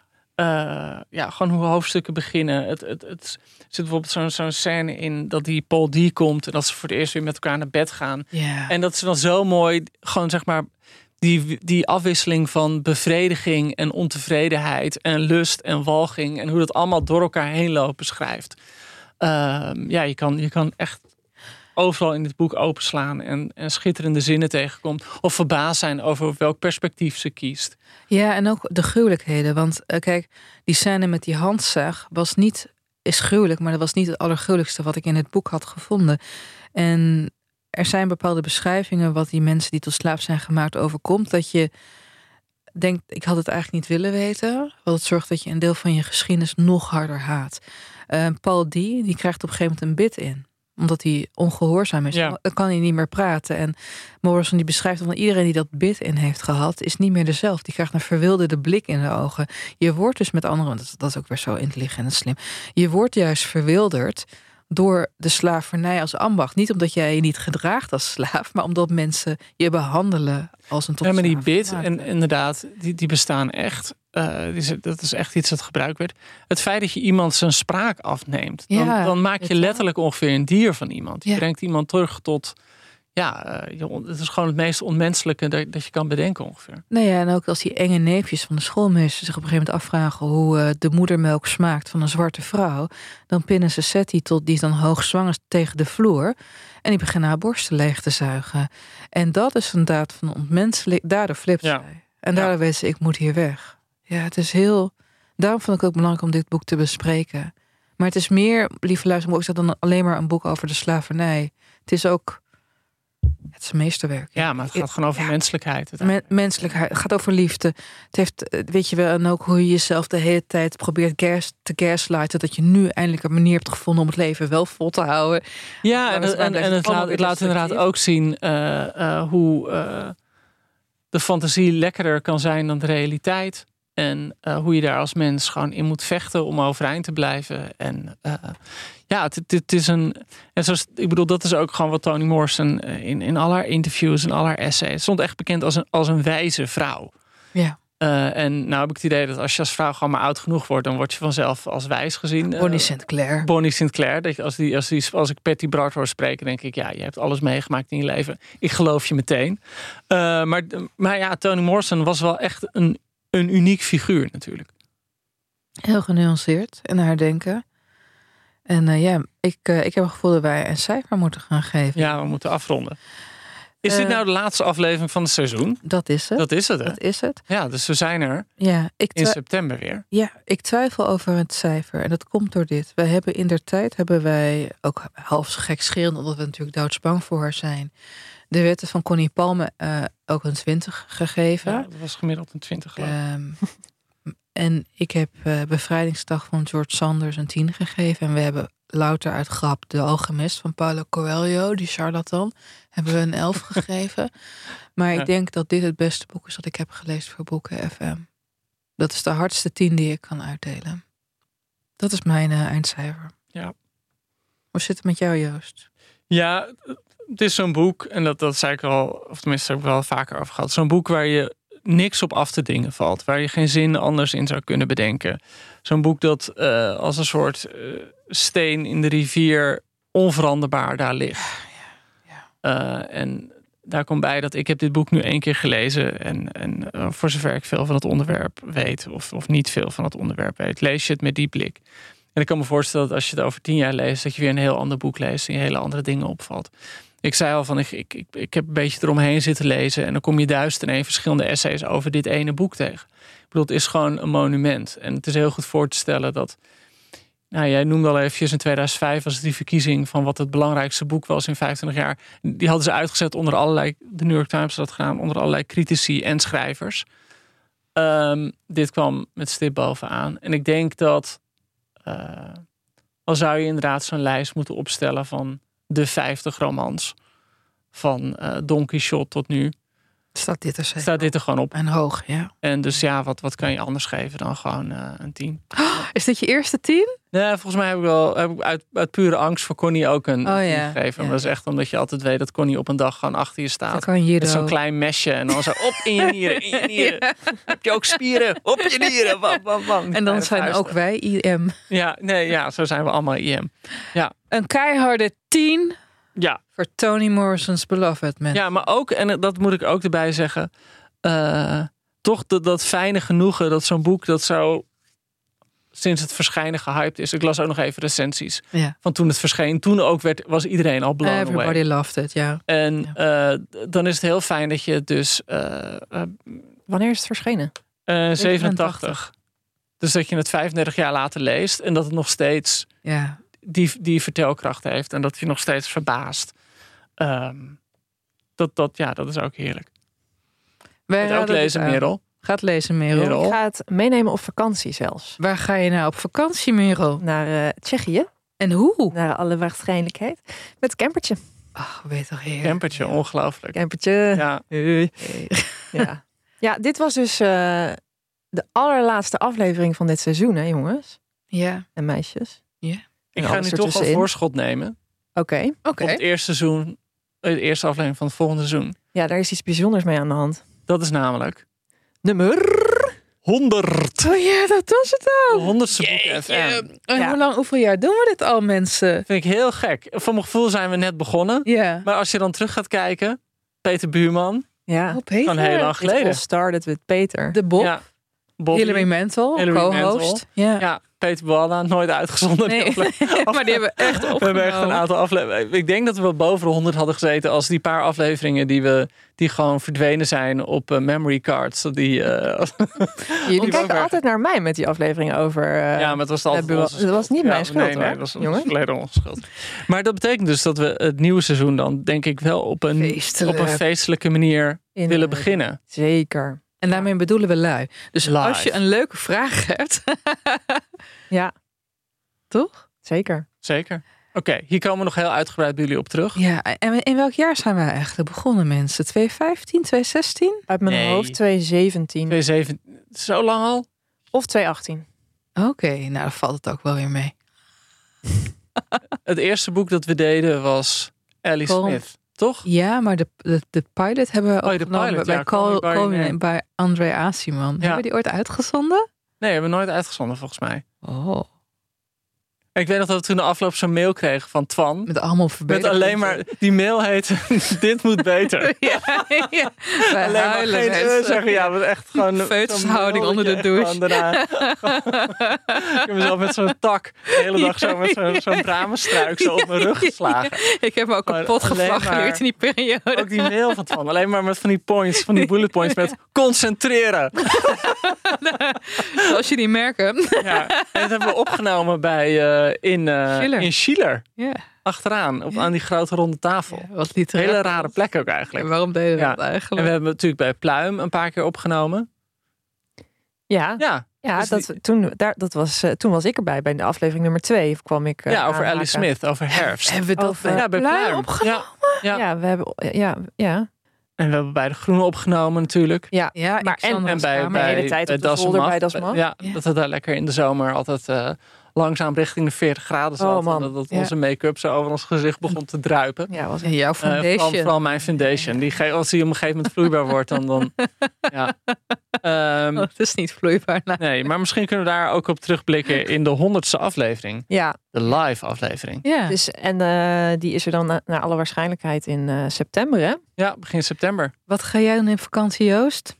Uh, ja, gewoon hoe hoofdstukken beginnen. Het, het, het zit bijvoorbeeld zo'n zo'n scène in dat die Paul D komt... en dat ze voor het eerst weer met elkaar naar bed gaan. Ja. En dat ze dan zo mooi... gewoon zeg maar... Die, die afwisseling van bevrediging en ontevredenheid... en lust en walging... en hoe dat allemaal door elkaar heen loopt beschrijft. Uh, ja, je kan, je kan echt overal in dit boek openslaan... En, en schitterende zinnen tegenkomt. Of verbaasd zijn over welk perspectief ze kiest. Ja, en ook de gruwelijkheden. Want uh, kijk, die scène met die handzaag was niet... is gruwelijk, maar dat was niet het allergruwelijkste... wat ik in het boek had gevonden. En... er zijn bepaalde beschrijvingen wat die mensen die tot slaaf zijn gemaakt overkomt. Dat je denkt, ik had het eigenlijk niet willen weten. Want het zorgt dat je een deel van je geschiedenis nog harder haat. Uh, Paul D, die krijgt op een gegeven moment een bid in. Omdat hij ongehoorzaam is. Ja. Dan kan hij niet meer praten. En Morrison die beschrijft dat iedereen die dat bid in heeft gehad... is niet meer dezelfde. Die krijgt een verwilderde blik in de ogen. Je wordt dus met anderen, dat is, dat is ook weer zo intelligent en slim. Je wordt juist verwilderd... door de slavernij als ambacht. Niet omdat jij je niet gedraagt als slaaf... maar omdat mensen je behandelen als een tot Ja, maar die slaaf bid, maken. en inderdaad, die, die bestaan echt. Uh, die is, dat is echt iets dat gebruikt werd. Het feit dat je iemand zijn spraak afneemt... dan, Ja, dan maak je letterlijk ongeveer een dier van iemand. Je Ja. brengt iemand terug tot... Ja, uh, het is gewoon het meest onmenselijke dat, dat je kan bedenken ongeveer. Nee, ja, en ook als die enge neefjes van de schoolmeester zich op een gegeven moment afvragen hoe uh, de moedermelk smaakt van een zwarte vrouw, dan pinnen ze Seti tot die is dan hoogzwanger tegen de vloer en die beginnen haar borsten leeg te zuigen. En dat is een daad van ontmenselijk. Daardoor flipt Ja. zij. En daardoor weet ze, ik moet hier weg. Ja, het is heel. Daarom vond ik het ook belangrijk om dit boek te bespreken. Maar het is meer, lieve luisteraars, dan alleen maar een boek over de slavernij. Het is ook. Het is een meesterwerk. Ja, maar het gaat gewoon over ja. menselijkheid. Men, menselijkheid. Het gaat over liefde. Het heeft, weet je wel, en ook hoe je jezelf de hele tijd probeert gas, te gaslighten. Dat je nu eindelijk een manier hebt gevonden om het leven wel vol te houden. Ja, maar en, het, en, en het laat, het laat inderdaad ook zien uh, uh, hoe uh, de fantasie lekkerder kan zijn dan de realiteit. En uh, hoe je daar als mens gewoon in moet vechten om overeind te blijven. En uh, ja, het, het, het is een. En zoals, ik bedoel, dat is ook gewoon wat Toni Morrison in, in al haar interviews en al haar essays stond echt bekend als een, als een wijze vrouw. Ja. Uh, en nou heb ik het idee dat als je als vrouw gewoon maar oud genoeg wordt, dan word je vanzelf als wijs gezien. Uh, Bonnie Sinclair. Bonnie Sinclair. Dat je, als, die, als, die, als ik Patty Bart hoor spreken, denk ik, ja, je hebt alles meegemaakt in je leven. Ik geloof je meteen. Uh, maar, maar ja, Toni Morrison was wel echt een. Een uniek figuur natuurlijk. Heel genuanceerd in haar denken. En uh, ja, ik, uh, ik heb het gevoel dat wij een cijfer moeten gaan geven. Ja, we moeten afronden. Is uh, dit nou de laatste aflevering van het seizoen? Dat is het. Dat is het, hè? Dat is het. Ja, dus we zijn er ja, ik in september weer. Ja, ik twijfel over het cijfer. En dat komt door dit. We hebben in der tijd, hebben wij ook half gekscherend, omdat we natuurlijk doodsbang voor haar zijn, de wetten van Connie Palme uh, ook een twintig gegeven. Ja, dat was gemiddeld een twintig geloof ik. Um, en ik heb uh, Bevrijdingsdag van George Sanders een tien gegeven. En we hebben louter uit grap De Alchemist van Paulo Coelho, die charlatan, hebben we een elf gegeven. Maar ja. Ik denk dat dit het beste boek is dat ik heb gelezen voor Boeken F M. Dat is de hardste tien die ik kan uitdelen. Dat is mijn uh, eindcijfer. Ja. Hoe zit het met jou, Joost? Ja, het is zo'n boek, en dat, dat zei ik al, of tenminste heb ik wel vaker over gehad. Zo'n boek waar je niks op af te dingen valt. Waar je geen zin anders in zou kunnen bedenken. Zo'n boek dat uh, als een soort uh, steen in de rivier onveranderbaar daar ligt. Ja, ja. Uh, en daar komt bij dat ik heb dit boek nu één keer gelezen. En, en uh, voor zover ik veel van het onderwerp weet, of, of niet veel van het onderwerp weet, lees je het met die blik. En ik kan me voorstellen dat als je het over tien jaar leest, dat je weer een heel ander boek leest en je hele andere dingen opvalt. Ik zei al van, ik, ik, ik, ik heb een beetje eromheen zitten lezen en dan kom je duizend en één verschillende essays over dit ene boek tegen. Ik bedoel, het is gewoon een monument. En het is heel goed voor te stellen dat, nou, jij noemde al eventjes in tweeduizend vijf was het die verkiezing van wat het belangrijkste boek was in vijfentwintig jaar. Die hadden ze uitgezet onder allerlei, de New York Times had dat gedaan, onder allerlei critici en schrijvers. Um, dit kwam met stip bovenaan. En ik denk dat, uh, al zou je inderdaad zo'n lijst moeten opstellen van de vijftig romans van uh, Don Quixote tot nu. Staat dit er zeker staat dit er gewoon op. En hoog, ja. En dus ja, wat, wat kan je anders geven dan gewoon uh, een tien? Oh, is dit je eerste tien? Nee, volgens mij heb ik wel heb ik uit, uit pure angst voor Connie ook een oh, tien ja. gegeven. Ja. Maar dat is echt omdat je altijd weet dat Connie op een dag gewoon achter je staat. Met zo'n klein mesje en dan zo op in je nieren, in je nieren. Ja. Heb je ook spieren? Op je nieren. Bam, bam, bam. En dan zijn vuisten. Ook wij I M. Ja, nee, ja, zo zijn we allemaal I M. Ja. Een keiharde tien. Ja. Voor Toni Morrison's Beloved Man. Ja, maar ook, en dat moet ik ook erbij zeggen, uh, toch dat, dat fijne genoegen dat zo'n boek dat zo sinds het verschijnen gehyped is. Ik las ook nog even recensies ja. van toen het verscheen. Toen ook werd, was iedereen al blown Everybody away. loved it, ja. En ja. Uh, dan is het heel fijn dat je dus... Uh, uh, Wanneer is het verschenen? Uh, zevenentachtig. Dus dat je het vijfendertig jaar later leest en dat het nog steeds ja. die, die vertelkracht heeft. En dat je nog steeds verbaast. Um, dat, dat, ja, dat is ook heerlijk. Wij Gaat ook lezen, Merel. Gaat lezen, Merel. Merel. Ik ga het meenemen op vakantie zelfs. Waar ga je nou op vakantie, Merel? Naar uh, Tsjechië. En hoe? Naar alle waarschijnlijkheid. Met een campertje. Ach, weet toch heerlijk. Campertje, ja. Ongelooflijk. Campertje. Ja. Hey. ja. ja, dit was dus uh, de allerlaatste aflevering van dit seizoen, hè jongens? Ja. En meisjes. Ja. Ik ga nu toch een voorschot nemen. Oké. Okay. Op okay. het eerste seizoen, de eerste aflevering van het volgende seizoen. Ja, daar is iets bijzonders mee aan de hand. Dat is namelijk... Nummer... honderd. Oh ja, dat was het al. De honderdste Boek F M. En ja. hoe lang, hoeveel jaar doen we dit al, mensen? Vind ik heel gek. Voor mijn gevoel zijn we net begonnen. Ja. Maar als je dan terug gaat kijken... Peter Buurman. Ja. Oh, Peter. Van heel lang geleden. It all started with Peter. De Bob. Ja. Hilary Mantel, co-host. Ja. ja, Peter Boalla, nooit uitgezonden. Nee. Maar die hebben we echt opgenomen. We hebben echt een aantal afleveringen. Ik denk dat we wel boven de honderd hadden gezeten als die paar afleveringen die we die gewoon verdwenen zijn op uh, memory cards. Die, uh, Jullie kijken altijd naar mij met die afleveringen over. Uh, ja, maar het was altijd. Het was niet ja, mijn schuld. Nee, nee, het was volledig onze schuld. Maar dat betekent dus dat we het nieuwe seizoen dan denk ik wel op een, Feestelijk. op een feestelijke manier In, willen beginnen. Zeker. En daarmee bedoelen we lui. Dus Live. Als je een leuke vraag hebt. ja. Toch? Zeker. Zeker. Oké, okay, hier komen we nog heel uitgebreid bij jullie op terug. Ja, en in welk jaar zijn wij eigenlijk begonnen, mensen? twintig vijftien, twintig zestien? Uit mijn nee. hoofd twintig zeventien. twintig zeventien. Zo lang al? Of twintig achttien. Oké, okay, nou dan valt het ook wel weer mee. Het eerste boek dat we deden was Ellie Colm. Smith. Toch? Ja, maar de, de, de pilot hebben we oh, de pilot, bij, ja, Call, Call Call bij André Aciman. Ja. Hebben we die ooit uitgezonden? Nee, hebben we nooit uitgezonden volgens mij. Oh. Ik weet nog dat we toen de afloop zo'n mail kregen van Twan. Met allemaal verbeteringen. Met alleen maar, die mail heet, dit moet beter. ja, ja. Wij alleen maar geen uh, zeggen, ja, wat echt gewoon... Feutushouding onder de douche. Daarna, ik heb mezelf met zo'n tak de hele dag zo met zo'n zo bramenstruik zo op mijn rug geslagen. Ik heb me ook kapot geflagereerd in die periode. Ook die mail van Twan, alleen maar met van die points, van die bullet points met concentreren. Zoals jullie merken. Ja, en dat hebben we opgenomen bij... Uh, In, uh, Schiller. in Schiller. Yeah. Achteraan, op, yeah. aan die grote ronde tafel. Ja, wat een hele rare plek ook eigenlijk. En waarom deden we ja. dat eigenlijk? En we hebben natuurlijk bij Pluim een paar keer opgenomen. Ja, ja, ja dus dat, die... toen, daar, dat was, uh, toen was ik erbij. Bij de aflevering nummer twee kwam ik uh, Ja, over aanhaken. Ellie Smith, over herfst. Hebben we dat over, bij, ja, bij Pluim, Pluim opgenomen? Ja, ja. ja, we hebben... Ja, ja. En we hebben bij de Groene opgenomen natuurlijk. Ja, ja maar en, en bij, de bij, hele tijd bij op de zolder bij Dasmaf. Ja, ja, dat het daar lekker in de zomer altijd uh, langzaam richting de veertig graden zat. Oh, man. En dat, dat ja. onze make-up zo over ons gezicht begon te druipen. Ja, was en jouw foundation. Uh, vooral, vooral mijn foundation. Die, als die op een gegeven moment vloeibaar wordt, dan... dan ja. Um, oh, het is niet vloeibaar. Nou. Nee, maar misschien kunnen we daar ook op terugblikken in de honderdste aflevering. Ja. De live aflevering. Ja. Dus, en uh, die is er dan na, naar alle waarschijnlijkheid in uh, september, hè? Ja, begin september. Wat ga jij doen in vakantie, Joost?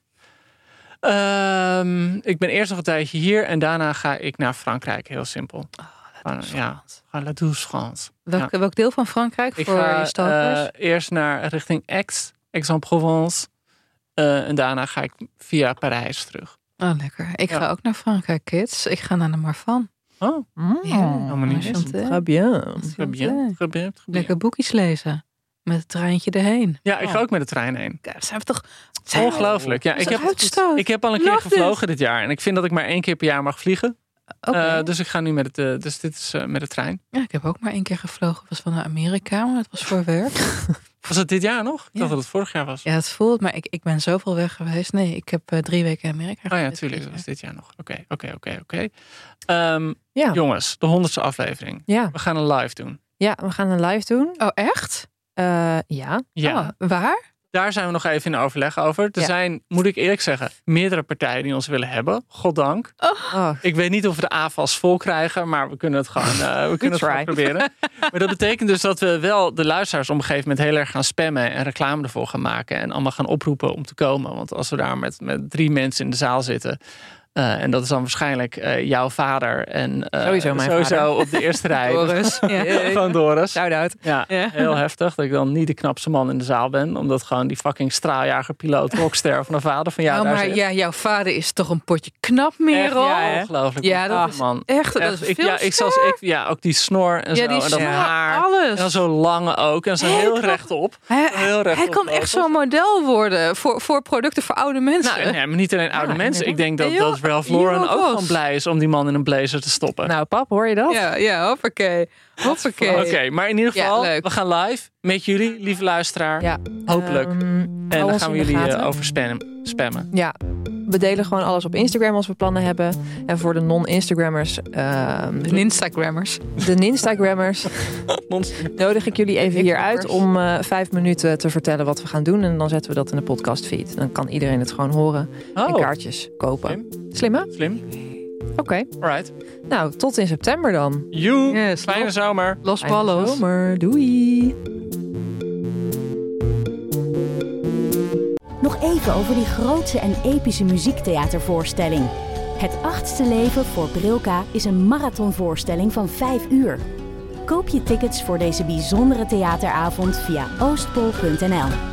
Um, ik ben eerst nog een tijdje hier en daarna ga ik naar Frankrijk. Heel simpel. Oh, la douce ja, ga La Douce France. Welk, ja. welk deel van Frankrijk ik voor ga, je stalkers? Uh, eerst naar richting Aix, Aix-en-Provence. Uh, en daarna ga ik via Parijs terug. Oh, lekker. Ik ja. ga ook naar Frankrijk, kids. Ik ga naar de Marfan. Oh, mm. ja. Oh, niet Très bien. Très bien. Très bien. Lekker boekjes lezen. Met het treintje erheen. Ja, ik ga ook met de trein heen. Kijk, zijn we toch... Ongelooflijk. Ja, ik, heb, ik heb al een keer Love gevlogen this. dit jaar. En ik vind dat ik maar één keer per jaar mag vliegen. Okay. Uh, dus ik ga nu met het, uh, dus dit is uh, met de trein. Ja, ik heb ook maar één keer gevlogen. Het was van naar Amerika, maar het was voor werk. Was het dit jaar nog? Ik Ja. dacht dat het vorig jaar was. Ja, het voelt, maar ik, ik ben zoveel weg geweest. Nee, ik heb uh, drie weken in Amerika Oh ja, geweest. natuurlijk. Dat was dit jaar nog. Oké, oké, oké, oké. Ehm, Ja. Jongens, de honderdste aflevering. Ja. We gaan een live doen. ja, we gaan een live doen. Oh, echt? Uh, ja. Ja. Oh, waar? Daar zijn we nog even in overleg over. Er Ja. zijn, moet ik eerlijk zeggen, meerdere partijen die ons willen hebben. Goddank. Oh. Ik weet niet of we de A F A S vol krijgen, maar we kunnen het gewoon, uh, we kunnen het gewoon proberen. Maar dat betekent dus dat we wel de luisteraars op een gegeven moment heel erg gaan spammen en reclame ervoor gaan maken. En allemaal gaan oproepen om te komen. Want als we daar met, met drie mensen in de zaal zitten. Uh, en dat is dan waarschijnlijk uh, jouw vader. En uh, Sowieso mijn sowieso vader. op de eerste rij. Doris. Ja. Gewoon Doris. Shout-out. Ja, Ja. heel heftig dat ik dan niet de knapste man in de zaal ben. Omdat gewoon die fucking straaljager, piloot, rockster van een vader van jou Nou, daar maar zit. ja, jouw vader is toch een potje knap, Merel? Echt, ja, ongelooflijk. Ja, dat Ah, is man. echt, dat Echt, is ik, veel ja, ik, zelfs, ik, ja, ook die snor en Ja, zo. die en dat snor, haar. alles. En dan zo lange ook. En zo Hij heel kan- rechtop. Hij, Heel recht hij op kan echt lopen. zo'n model worden voor, voor producten voor oude mensen. Nou, nee, maar niet alleen oude Ja, mensen. Ik denk dat, Heel- dat Ralph heel Lauren ook vast. gewoon blij is om die man in een blazer te stoppen. Nou, pap, hoor je dat? Ja, ja, hoppakee. Hoppakee. Oké, maar in ieder Ja, geval, leuk. we gaan live met jullie, lieve luisteraar. Ja. Hopelijk. Ehm, en hou dan ons gaan we in de jullie gaten. uh, over spammen. spammen. Ja, we delen gewoon alles op Instagram als we plannen hebben. En voor de non-Instagrammers, ehm, De Instagrammers. de Ninstagrammers, Monster. nodig ik jullie even hier uit Tiktokkers. om uh, vijf minuten te vertellen wat we gaan doen. En dan zetten we dat in de podcastfeed. Dan kan iedereen het gewoon horen en Oh, kaartjes kopen. Slim. Slim, hè? slim. Oké. Okay. Alright. Nou, tot in september dan. You. Yes, Fijne los- zomer. Los Fijne ballos. zomer. Doei. Nog even over die grootse en epische muziektheatervoorstelling. Het achtste leven voor Brilka is een marathonvoorstelling van vijf uur. Koop je tickets voor deze bijzondere theateravond via oostpol punt n l.